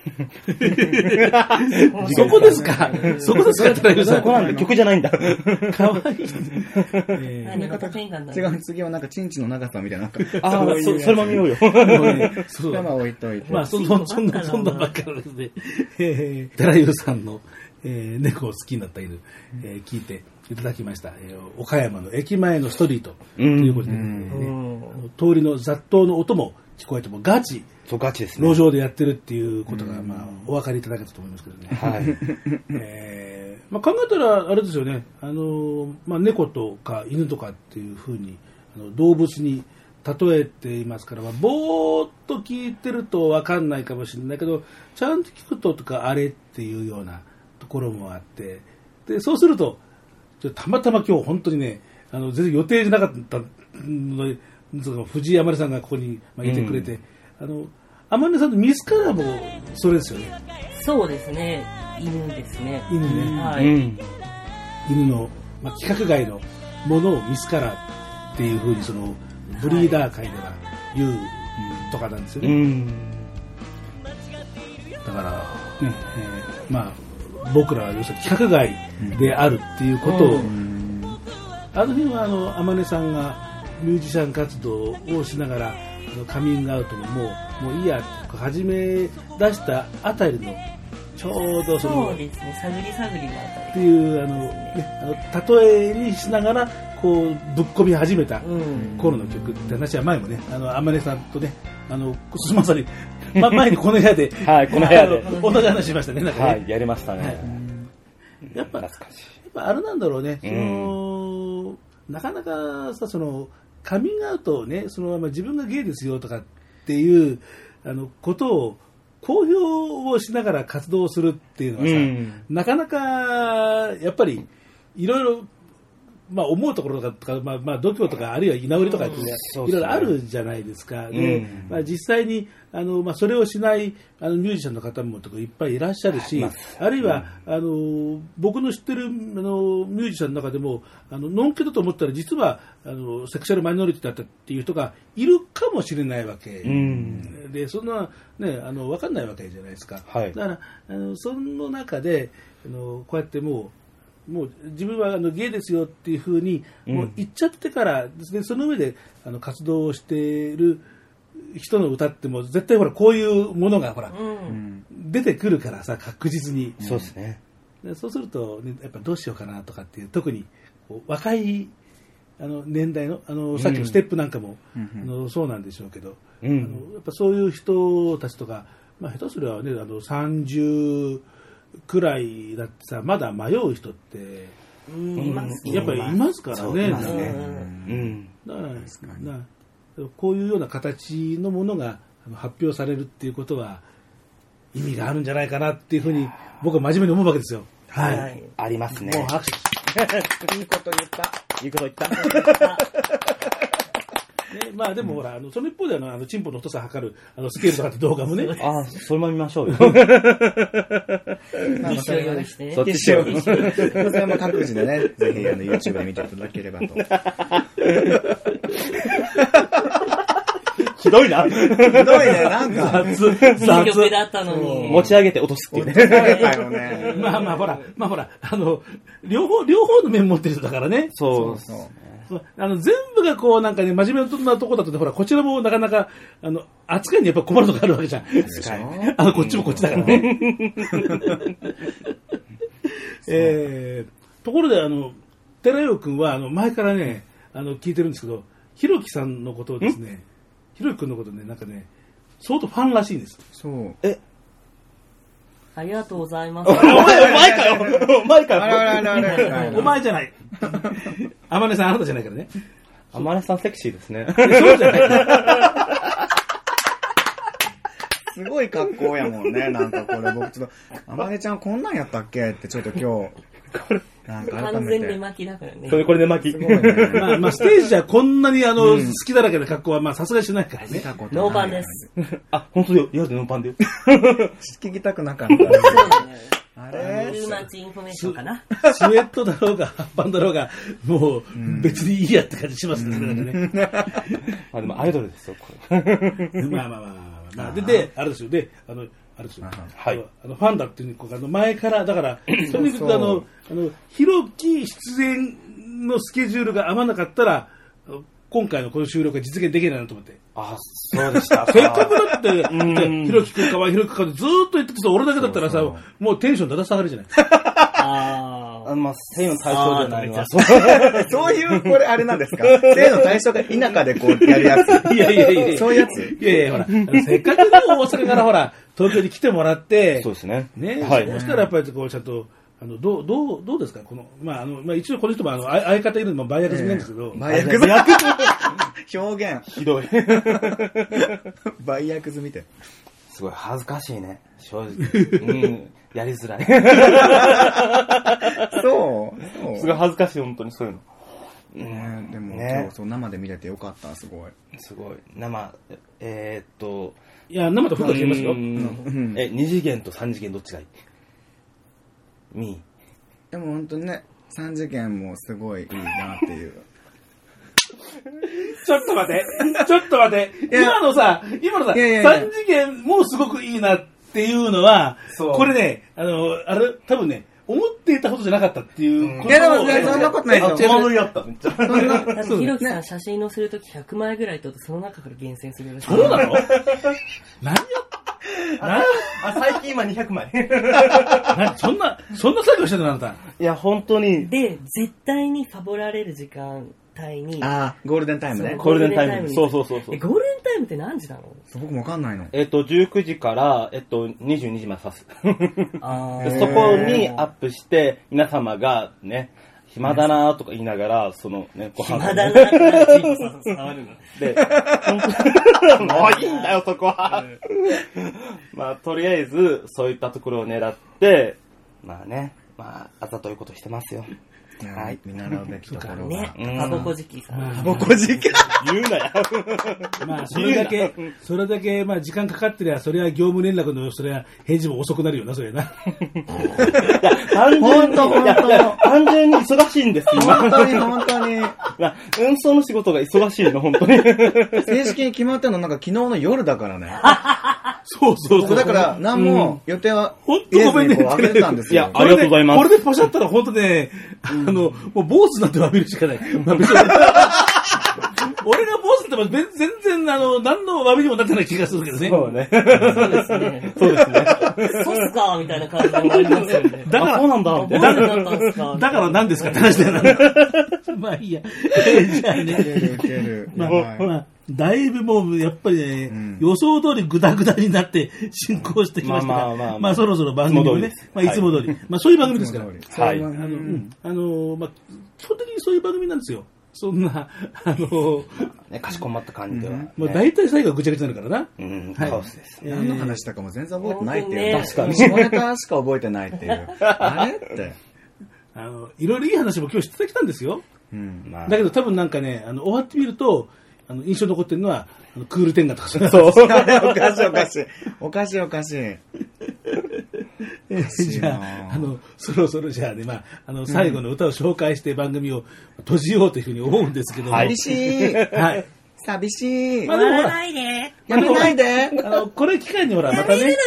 そこですかそこですか寺湯さん。 そこなんだ。曲じゃないんだ。 かわいい。 何か変化違う、次はなんか、チンチの長さみたいな。 ああ、それも見ようよ。 そうまあ置いといて。 まあ、そんな、そんな、そんなばっかりですね。えー、寺湯さんの、えー、猫を好きになった犬、えー、聞いていただきました。えー、岡山の駅前のストリートということで、ね、通りの雑踏の音も聞こえてもガチ、 そうガチですね。 路上でやってるっていうことが、まあ、お分かりいただけたと思いますけどね。 はい。 えー、まあ、考えたら、あれですよね、あの、まあ、猫とか犬とかっていうふうに、あの動物に例えていますから、まあ、ぼーっと聞いてると分かんないかもしれないけど、ちゃんと聞くととか、あれっていうようなところもあって、で、そうすると、たまたま今日本当にね、あの、全然予定じゃなかったので、藤井天音さんがここにいてくれて、うん、あの、天音さんのミスカラーもそれですよね。 そうですね。犬ですね。 犬ね。 はい。 うん、犬の、まあ、規格外のものをミスカラーっていうふうにそのブリーダー界では言うとかなんですよね。うん、だから、ね、えー、まあ、僕らは要するに規格外であるっていうことを、うん、あの日はあの天音さんがミュージシャン活動をしながらカミングアウトももう、もういいやって始め出したあたりのちょうどそのそうですね、探り探りのあたりっていうあの、ね、あの例えにしながらこうぶっ込み始めた頃の曲って話は前もね、あの天音さんとね、あのまさに、ま、前にこの部屋ではい、この部屋で同じ話しましたね、なんかね、 はい、やりましたね。はい、 やっぱやっぱあれなんだろうね、そのなかなかさそのカミングアウトをね、そのまあ、自分がゲイですよとかっていうあのことを公表をしながら活動するっていうのはさ、うん、なかなかやっぱりいろいろまあ思うところとか、まあ、まあ度胸とかあるいは居直りとかっていうのはいろいろあるじゃないですか。で、うん、まあ、実際にあの、まあ、それをしないあのミュージシャンの方もとかいっぱいいらっしゃるし、まあ、あるいは、うん、あの僕の知ってるあのミュージシャンの中でもあのノンケだと思ったら実はあのセクシャルマイノリティだったっていう人がいるかもしれないわけ、うん、でそんな、ね、あの分かんないわけじゃないですか。はい、だからあのその中であのこうやってもうもう自分はあのゲイですよっていうふうにもう言っちゃってからですね、うん、その上であの活動をしている人の歌っても絶対ほらこういうものがほら、うん、出てくるからさ確実に、 そうですね。 でそうすると、ね、やっぱどうしようかなとかっていう特にこう若いあの年代のあのさっきのステップなんかも、うん、あのそうなんでしょうけど、うん、あのやっぱそういう人たちとか、まあ、下手すればねあのさんじゅうくらいだってさまだ迷う人ってやっぱりいますからね。だからこういうような形のものが発表されるっていうことは意味があるんじゃないかなっていうふうに僕は真面目に思うわけですよ。 はい、はい、ありますね。 もう拍手。 いいこと言った。 いいこと言った。 ね、まあでもほら、あのその一方であの、あのチンポの太さを測るあのスケールとかって動画もね。 ああ、それも見ましょうよ。 一緒用意して。 そっちを。 それも各自でね、ぜひあの YouTube で見ていただければと。 ひどいな。 ひどいね、なんか。 いい曲だったのに。 持ち上げて落とすっていうね。 まあまあほら、まあほら、あの、両方、両方の面持ってる人だからね。 そうそう。 あの全部がこうなんかね真面目なところだとねほらこちらもなかなかあの扱いにやっぱ困るとこあるわけじゃん。あのこっちもこっちだからね。えー、ところであの寺代君はあの前からねあの聞いてるんですけどひろきさんのことをですねひろき君のことねなんかね相当ファンらしいんです。 そうえありがとうございます。 お前、お前かよお前かよあらららららお前じゃない。天音さん、あなたじゃないからね。 天音さんセクシーですね。 そうじゃない。 すごい格好やもんね。なんかこれ僕ちょっと、天音ちゃんこんなんやったっけってちょっと今日。これなんか完全寝巻きだからね。 それこれ寝巻き。 すごいね。 まあ、まあ、ステージじゃこんなにあの、うん、好きだらけの格好はまあさすがにしないからね。 ノーパンです。 あ、本当だよ。いや、ノーパンだよ。 聞きたくなかった。そうだね。 あれトゥーマッチインフォメーションかな。 スウェットだろうが、ハーフパンだろうが、もう別にいいやって感じしますね。 あ、でもアイドルですよ、これ。まあまあまあまあ。 まあ、で、で、あれですよ。で、あの、あれですよ。はい。あの、ファンだっていうあの前から、だから、とにかくあの、あの、ひろき出演のスケジュールが合わなかったら、今回のこの収録が実現できないなと思って。 あ、そうでした。 せっかくだって、ひろきくんかわひろきくんかでずーっと言ってて、俺だけだったらさ、そうそうもうテンションだだ下がるじゃない。 ああ、まあ、性の対象じゃないわ。 そういう、これあれなんですか性の対象が田舎でこうやるやつ。 いやいやいやそういうやついやいや、ほら、せっかくね、大阪からほら、東京に来てもらって、 そうですね。 ね、はい。そしたらやっぱりこう、ちゃんと、あの、どう、どう、どうですかこの、まあ、あの、まあ、一応この人もあの、相方いるのも売約済みなんですけど。 売約済み表現。 ひどい。 売約済みって。 すごい恥ずかしいね。正直。うん。やりづらい。 そうそう。 すごい恥ずかしい、本当にそういうの。 ねでも、ね、そう生で見れてよかった、すごい。 すごい。生、えー、っと。 いや、生と風が消えますよ。 え、二次元と三次元どっちがいいみでも本当にね、三次元もすごいいいなっていう。 ちょっと待って、ちょっと待って、今のさ、今のさ、三次元もすごくいいなっていうのは、これね、あの、あれ、多分ね、思っていたことじゃなかったっていうことを。 いやでもね、そんなことないですよ。 あ、やった、めっちゃ。 ひろきさん写真載せるときひゃくまいぐらい撮って、その中から厳選するらしい。 そうなの何よああ、最近今にひゃくまい。 そんな、そんな作業してるのあなた。 いや、本当に。 で、絶対にファボられる時間帯に。 ああ、ゴールデンタイムね。 ゴールデンタイム。そうそうそうそう。 え、ゴールデンタイムって何時なの？ 僕もわかんないの。 えっと、じゅうくじから、えっと、にじゅうにじまで指す。 あそこにアップして、皆様がね、暇だなーとか言いながら、そのね、 ご飯暇だなーってなって触るの。 で、もういいんだよ、そこは。まあ、とりあえず、そういったところを狙って、まあね、まあ、あざということしてますよ。 はい。見習うべきところね。タバコ時期さ。 タバコ時期言うなよ。 まあ、それだけ、それだけ、まあ、時間かかってりゃ、それは業務連絡の、それは返事も遅くなるよな、それな。 単純に、単純に忙しいんですよ。 本当に、本当に。 運送の仕事が忙しいの、本当に。 正式に決まったのなんか昨日の夜だからね。 そうそうそう。 僕だから、何も予定は、 本当ごめんね。 あげてたんですよ。 いや、ありがとうございます。 これでパシャったら本当ね、あの、もう坊主なんて詫びるしかない。まあ、別に俺が坊主っても全然、あの、何の詫びにもなってない気がするけどね。 そうね。 そうですね。 そうですね。 そうっすかみたいな感じで終わりますよね。 だから、 そうなんだ。 だから、だから何ですかって話だよな。まあいいや。じゃあね。まあ、まあ、だいぶもう、やっぱりね、うん、予想通りグダグダになって進行してきましたから、まあまあまあ、まあそろそろ番組もね、まあいつも通り、はい、まあそういう番組ですから。 はい。 あの、うん、あの、まあ、基本的にそういう番組なんですよ。そんな、あの、 ね、かしこまった感じでは。ね、 もう大体最後はぐちゃぐちゃになるからな。 うん、カオスです。 何の話したかも全然覚えてないっていう。 ね、 確かに。下ネタしか覚えてないっていう。あれって。 あの、いろいろいい話も今日してきたんですよ。 うん。 まあ、だけど多分なんかね、あの、終わってみると、あの、印象に残ってるのは、あのクールテンガとかそう。 おかしいおかしい。おかしいおかしい。 じゃあ、あの、そろそろじゃあね、まあ、あの、最後の歌を紹介して番組を閉じようというふうに思うんですけども。 寂しい。 はい。 寂しい。 まあ、でもほら。やめないで。 やめないで。 あの、これ機会にほら、またね。 やめる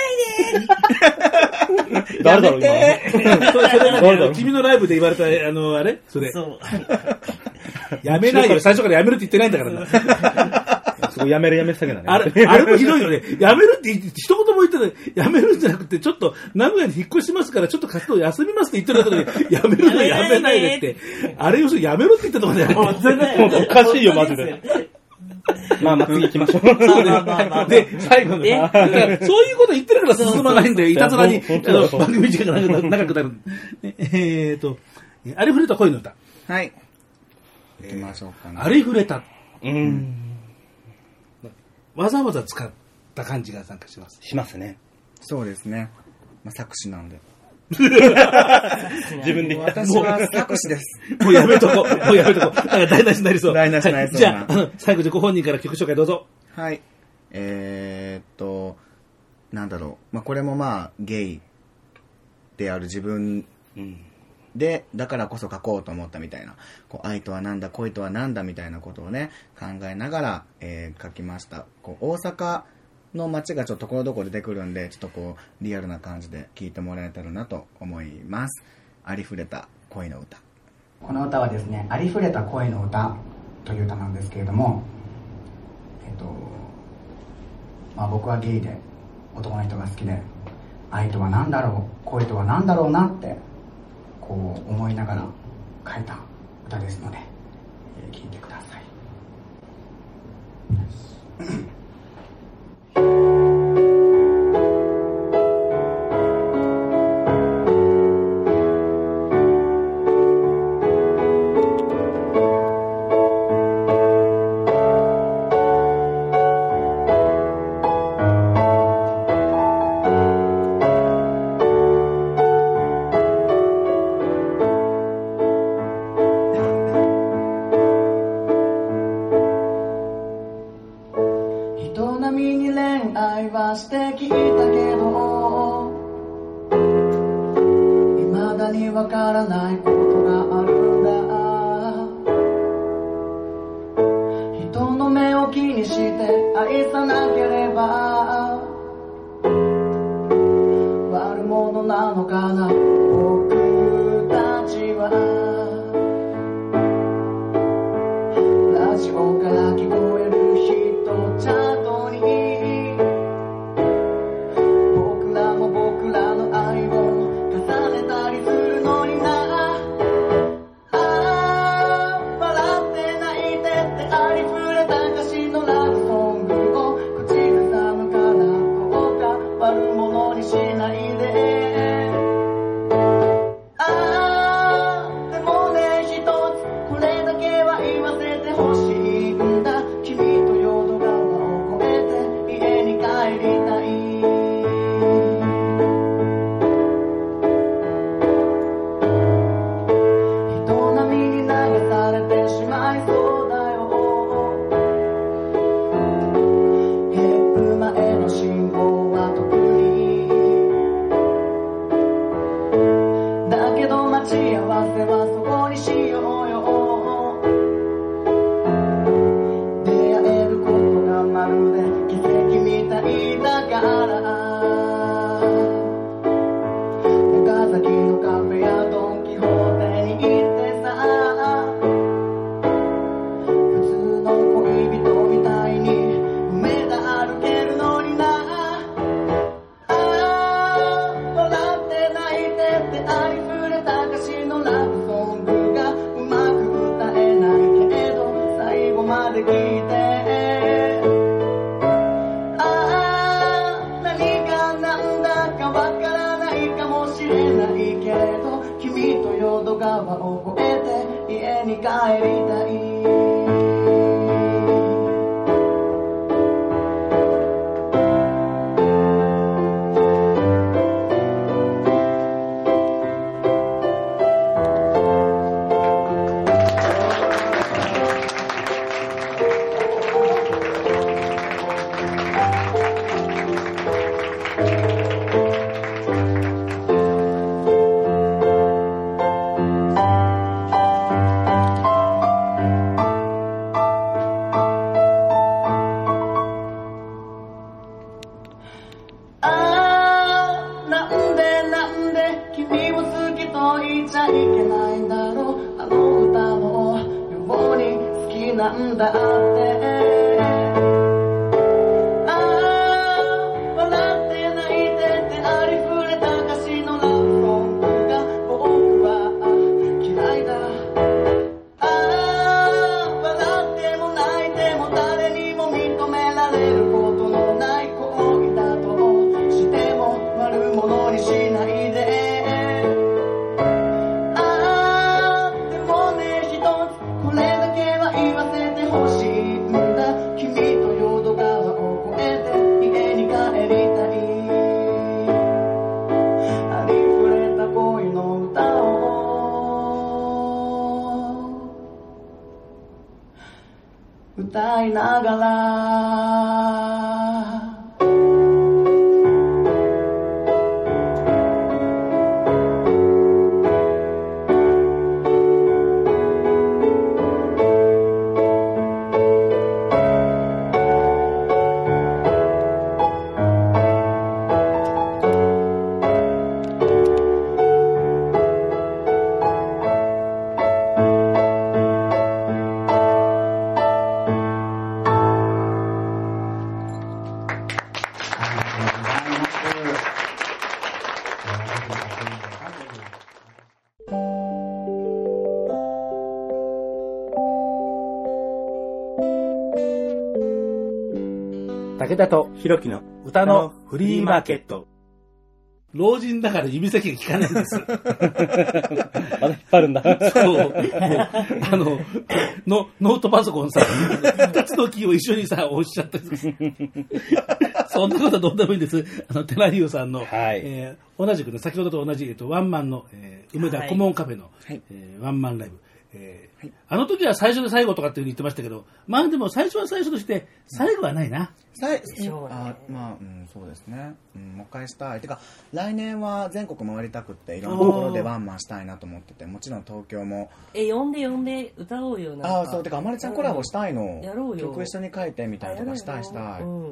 のやめないで。 誰だろう、今。 それ、それね、君のライブで言われた、あの、あれそれ。 そう。 やめないよ。最初からやめるって言ってないんだからな。 そこやめるやめるだけだね。 あれ、あれもひどいよね。やめるって言って、一言も言ってない。やめるんじゃなくて、ちょっと、名古屋に引っ越しますから、ちょっと活動休みますって言ってるだけで、やめるのやめないでって。あれ要するにやめろって言ったところだよね。 全然。 おかしいよ、マジで。まあまあ次行きましょう。 で、最後の、そういうこと言ってるから進まないんだよ。いたずらに、番組時間が長くなる。えっと、ありふれた恋の歌。 はい。行きましょうかね。 ありふれた。 うん。 わざわざ使った感じがなんかします。 しますね。 そうですね。まあ、作詞なんで。 自分で言った。 私は作詞です。 もうやめとこう。もうやめとこう。なんか台無しになりそう。 台無しになりそう。 じゃあ、あの、最後でご本人から曲紹介どうぞ。 はい。えー、っと、なんだろう。まあ、これもまあ、ゲイである自分で、だからこそ書こうと思ったみたいな。こう愛とはなんだ、恋とはなんだみたいなことをね、考えながら、えー、書きました。こう大阪の街がちょっとところどころ出てくるんで、ちょっとこうリアルな感じで聴いてもらえたらなと思います。ありふれた恋の歌。 この歌はですね、ありふれた恋の歌という歌なんですけれども、えっとまあ、僕はゲイで男の人が好きで、愛とは何だろう、恋とは何だろうなってこう思いながら書いた歌ですので、えー、聴いてください。 してきたけど、未だにわからないことがあるんだ。人の目を気にして愛さなければ悪者なのかな、僕たちは。ラジオから聞こえるヒットチャートに歌いながら武田とひろきの歌のフリーマーケット。 老人だから指先が効かないんです。 まだ引っ張るんだ。 そう。もう、あの、の、ノートパソコンさ、二つのキーを一緒にさ、押しちゃったりする。そんなことはどうでもいいんです。あの、テラリュウさんの、はい、えー、同じくね、先ほどと同じ、えっと、ワンマンの、えー、梅田コモンカフェの、はい、えー、ワンマンライブ。えーはい、あの時は最初で最後とかっていう風に言ってましたけど、まあでも最初は最初として最後はないな。 最あまあ、うん、そうですね、うん。もう一回したい。てか来年は全国回りたくっていろんなところでワンマンしたいなと思ってて、もちろん東京も。 え、呼んで呼んで歌おうよなんか。 ああ、そう。てかあまりちゃんコラボしたいの。 やろうよ。 曲一緒に書いてみたいとかしたいしたい。うんうん、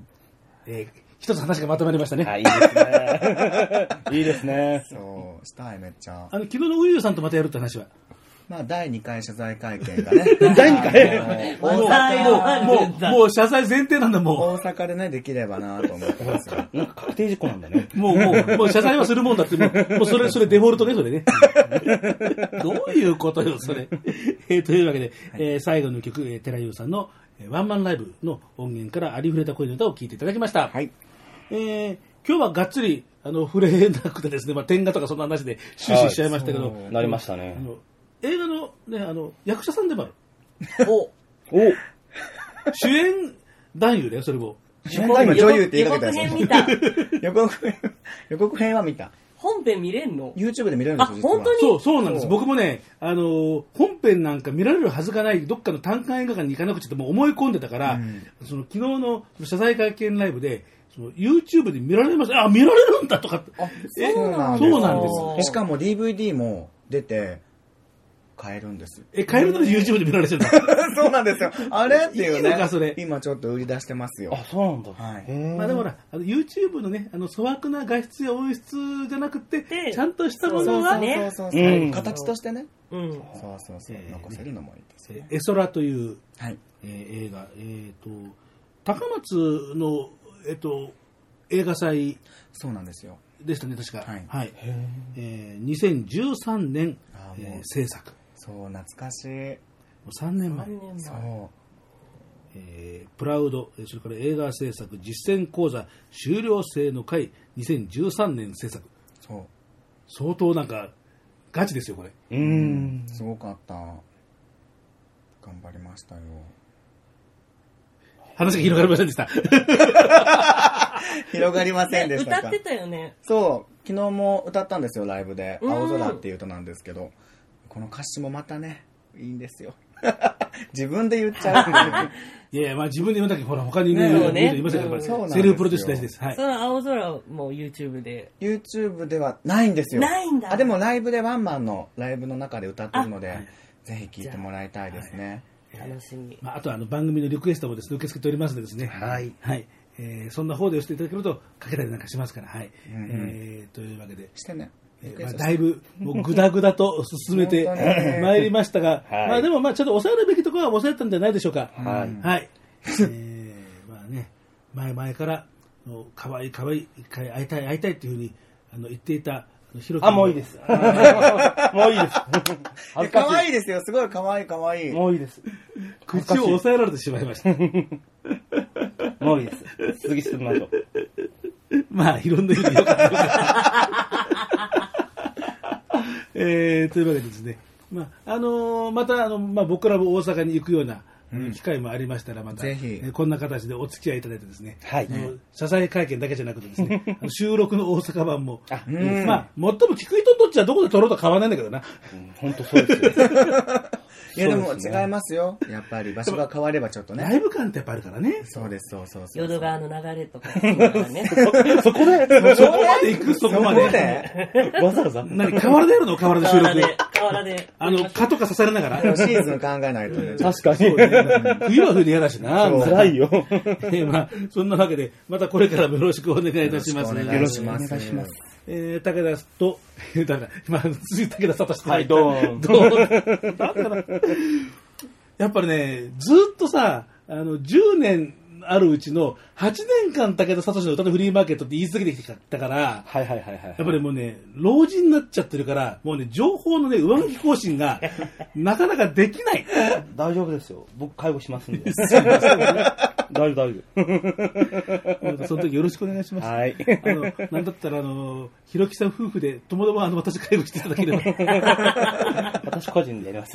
えー、一つ話がまとまりましたね。 あ、いいですね。いいですね。 そうしたいめっちゃ。 あの昨日のウユさんとまたやるって話は。 まあ、だいにかい謝罪会見がね。 だいにかいもう、もう、もう謝罪前提なんだ、もう。 大阪でね、できればなと思ってますよ。 なんか確定事項なんだね。 もう、もう、もう謝罪はするもんだって、もう、もうそれ、それデフォルトね、それね。どういうことよ、それ。えー、というわけで、はい、えー、最後の曲、えー、寺優さんのワンマンライブの音源からありふれた声の歌を聴いていただきました。はい。えー、今日はがっつり、あの、触れなくてですね、まあ、点画とかそんな話で終始しちゃいましたけど。 なりましたね。 映画のね、あの、役者さんでもある。 おお主演男優だよ、それも。 主演男優女優って言いかけたやつ。予告編見た。 予告編、予告編は見た。 本編見れんの ?YouTube で見れるんですよ、 実は。あ、本当にそう、そうなんです。僕もね、あの、本編なんか見られるはずがない、どっかの単館映画館に行かなくちゃってもう思い込んでたから、うん、その昨日の謝罪会見ライブで、その YouTube で見られます。あ、見られるんだとか。 あ、そうなんです。そうなんです。しかも ディーブイディー も出て、買えるんです。 え、買えるのに YouTube で見られてるんだ。 そうなんですよ。あれっていうね。 いいのか、それ。 今ちょっと売り出してますよ。 あ、そうなんだ。 はい。 まあでもほら、あの YouTube のね、あの粗悪な画質や音質じゃなくて、ちゃんとしたものはね、そうそうそう、うん、形としてね。 うん。 そうそうそう。えー、残せるのもいいですね。 エソラという、 はい、 えー、映画、えっ、ー、と、高松の、えっ、ー、と、映画祭。 そうなんですよ。 でしたね、確か。 はい。 はい。えー、にせんじゅうさんねん、えー、制作。 そう、懐かしい。もうさんねんまえ。 そう。 えー、プラウド、それから映画制作実践講座修了生の会にせんじゅうさんねん制作。 そう。 相当なんか、ガチですよ、これ。 うーん。すごかった。頑張りましたよ。 話が広がりませんでした。 広がりませんでしたか。 歌ってたよね。 そう。昨日も歌ったんですよ、ライブで。青空っていう歌なんですけど。この歌詞もまたね、いいんですよ。自分で言っちゃう。 いやいや、まあ自分で言うんだけど、ほら、他にね、言いませんから、セルフプロデュース大事です。はい。 その青空も YouTube で。 YouTube ではないんですよ。 ないんだ。 あ、でもライブでワンマンのライブの中で歌ってるので、はい、ぜひ聴いてもらいたいですね。 楽しみ。 まあ、あとはあの番組のリクエストもですね、受け付けておりますのでですね。 はい。 はい。えー、そんな方で押していただけると、かけたりなんかしますから、はい。うんうん、えー、というわけで。 してね。 えーまあ、だいぶもうグダグダと進めてまいりましたが、はい、まあでもまあちょっと抑えるべきところは抑えたんじゃないでしょうか。 はい。 はい。えー、まあね、前々から可愛い可愛い一回会いたい会いたいっていうふうにあの言っていたひろき。あ、もういいです。もういいです。 可愛いですよ。すごい可愛い可愛い。 もういいです。 口を抑えられてしまいました。 もういいです。次進みましょう。 まあいろんな意味でよかった。えー、というわけでですね、まああのー、またあの、まあ、僕らも大阪に行くような、うん、機会もありましたらまたぜひ、 えー、こんな形でお付き合いいただいてですね、 はい、 謝罪会見だけじゃなくてですね収録の大阪版も、あ、うん、まあ最も聞く人とっちはどこで撮ろうと変わらないんだけどな。 本当、うん、そうですよ。 いやでも違いますよ。やっぱり場所が変わればちょっとね。 ライブ感ってやっぱあるからね。 そうです、そうそうそう。 淀川の流れとかね。 そこでそこまで行くそこまで。 わざわざ。 何河原でやるの河原で収録。 河原で。 あの蚊とか刺されながら。 シーズン考えないとね。 確かに。 冬は冬で嫌だしな。 辛いよ。 まあそんなわけでまたこれからもよろしくお願いいたします。 よろしくお願いします。 えー、武田と、だから、まあ、武田聡と。 はい、どうどうなんだかな。やっぱりね、ずっとさ、あの、じゅうねんあるうちのはちねんかん武田聡の歌のフリーマーケットって言い続けてきたから、 はいはいはいはい。 やっぱりもうね、老人になっちゃってるから、もうね、情報のね、上書き更新が、なかなかできない。 大丈夫ですよ。僕、介護しますんで。 大丈夫、大丈夫。その時よろしくお願いします。 はい。 あの、なんだったら、あの、ひろきさん夫婦で、ともどもあの、私介護していただければ。 私個人でやります。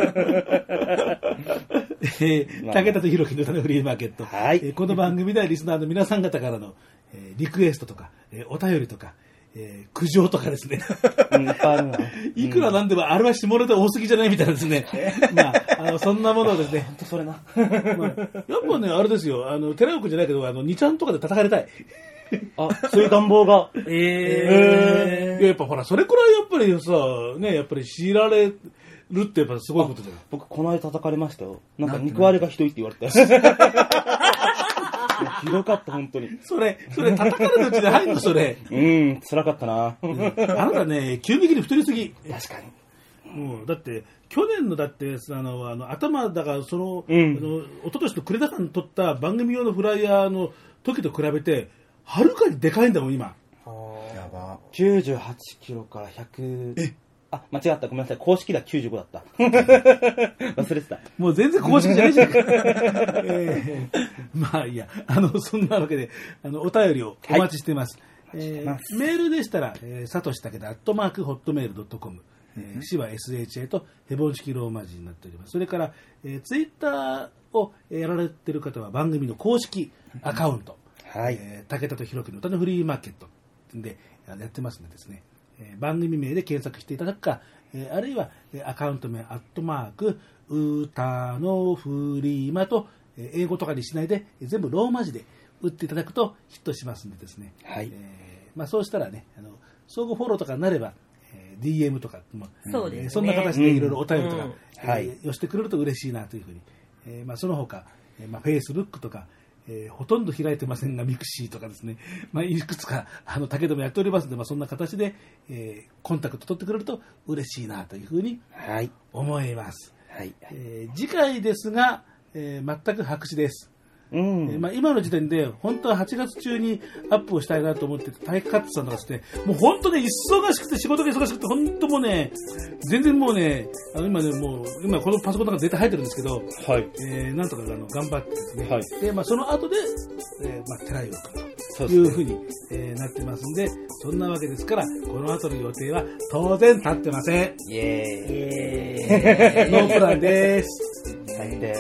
えー、武田とひろきの歌のフリーマーケット。 はい。 えー、この番組ではリスナーの皆さん方からの、えー、リクエストとか、えー、お便りとか、えー、苦情とかですね。 うん、いっぱいあるな。 いくらなんでも、あれは下ネタ多すぎじゃないみたいなですね。まあ、あの、そんなものをですね。 ほんとそれな。 まあ、やっぱね、あれですよ、あの、寺尾くんじゃないけど、あの、にちゃんとかで叩かれたい。 あ、そういう願望が。 えー、えー。いや、やっぱほら、それくらいやっぱりさ、ね、やっぱり強いられるってやっぱすごいことじゃない。 僕、この間叩かれましたよ。なんか肉割れがひどいって言われた。ひどかった、本当に。 それ、それ、叩かれるうちで入るの、それ。 うん、辛かったな。 うん、あなたね、急激に太りすぎ。 確かに。 もうだって、去年のだって、あの、あの頭だから、その、 うん、 あの、一昨年の暮れ高に撮った番組用のフライヤーの時と比べて、はるかにでかいんだもん、今。 やば。きゅうじゅうはちキロからひゃく。えあ、間違った。ごめんなさい。公式ではきゅうじゅうごだった。忘れてた。 もう全然公式じゃないじゃん。えー、まあいいや。あの、そんなわけで、あの、お便りをお待ちしています。はい、えー、メールでしたら、えー、さとしたけど、アットマーク、ホットメールドットコム。えー、しは エスエイチエー とヘボン式ローマ字になっております。それから、えー、ツイッターをやられている方は番組の公式アカウント、 はい、 えー、武田とひろきの歌のフリーマーケットでやってますのでですね、えー、番組名で検索していただくか、えー、あるいは、えー、アカウント名アットマーク歌のフリーマと、えー、英語とかにしないで、えー、全部ローマ字で打っていただくとヒットしますのでですね、 はい、 えーまあ、そうしたらね、あの相互フォローとかになればディーエム とかも、 そうですね、 そんな形でいろいろお便りとか、 うんえーはい、寄せてくれると嬉しいなというふうに、えーまあ、その他、えーまあ、Facebook とか、えー、ほとんど開いてませんがミクシーとかですね、まあ、いくつかあの竹でもやっておりますので、まあ、そんな形で、えー、コンタクト取ってくれると嬉しいなというふうに思います、 はいえー、次回ですが、えー、全く白紙です。 うんえーまあ、今の時点で本当ははちがつ中にアップをしたいなと思ってて、体育カットさんとかしてもう本当ね忙しくて仕事が忙しくて本当もうね全然もうねあの今ねもう今このパソコンの中絶対入ってるんですけど、 はいえー、なんとかあの頑張ってですね、 はいでまあ、その後で、えーまあ、寺井をというふうに、えー、なってますんで、そんなわけですからこの後の予定は当然立ってません。 イエーイノープランです最低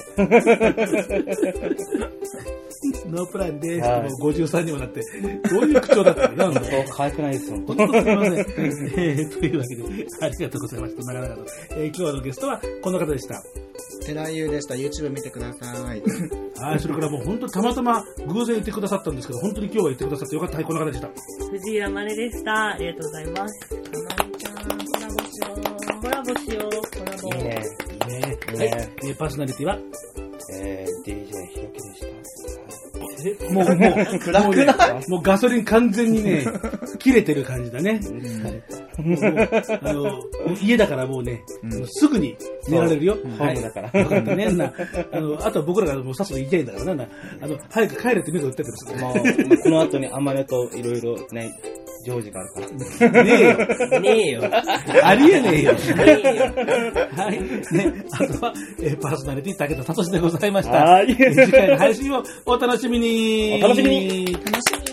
ノープランです、 はい、 もうごじゅうさんにもなってどういう口調だったのなんだそう可愛くないですよ本当すみません、えー、というわけでありがとうございました。長々と、えー、今日のゲストはこの方でした。 寺井優でした。 YouTube 見てください。 はい、それからもう本当たまたま偶然言ってくださったんですけど、本当に今日は言ってくださってよかった。はい、この方でした。 藤井まねでした。ありがとうございます。かなみちゃんコラボしようコラボしようコラボいいねいいね、 いいね、 はい、えー、パーソナリティはえー、ディージェー ひろきでした。 もう、もう、もう、ね、もうガソリン完全にね、切れてる感じだね。もうあの家だからもうね、うん、すぐに寝られるよ。 ホームだから。 よかったね。なあのあとは僕らがもうさっさと言いたいんだからな。あの早く帰れって目が打ってるんですから。 もうこの後に甘根といろいろね。常時があるから。 ねえよ。 ねえよ。 ありえねえよ。 ねえよ。 はい。ね、あとは、えー、パーソナリティ武田聡でございました。 はい。 次回の配信をお楽しみに。 お楽しみに。 楽しみに。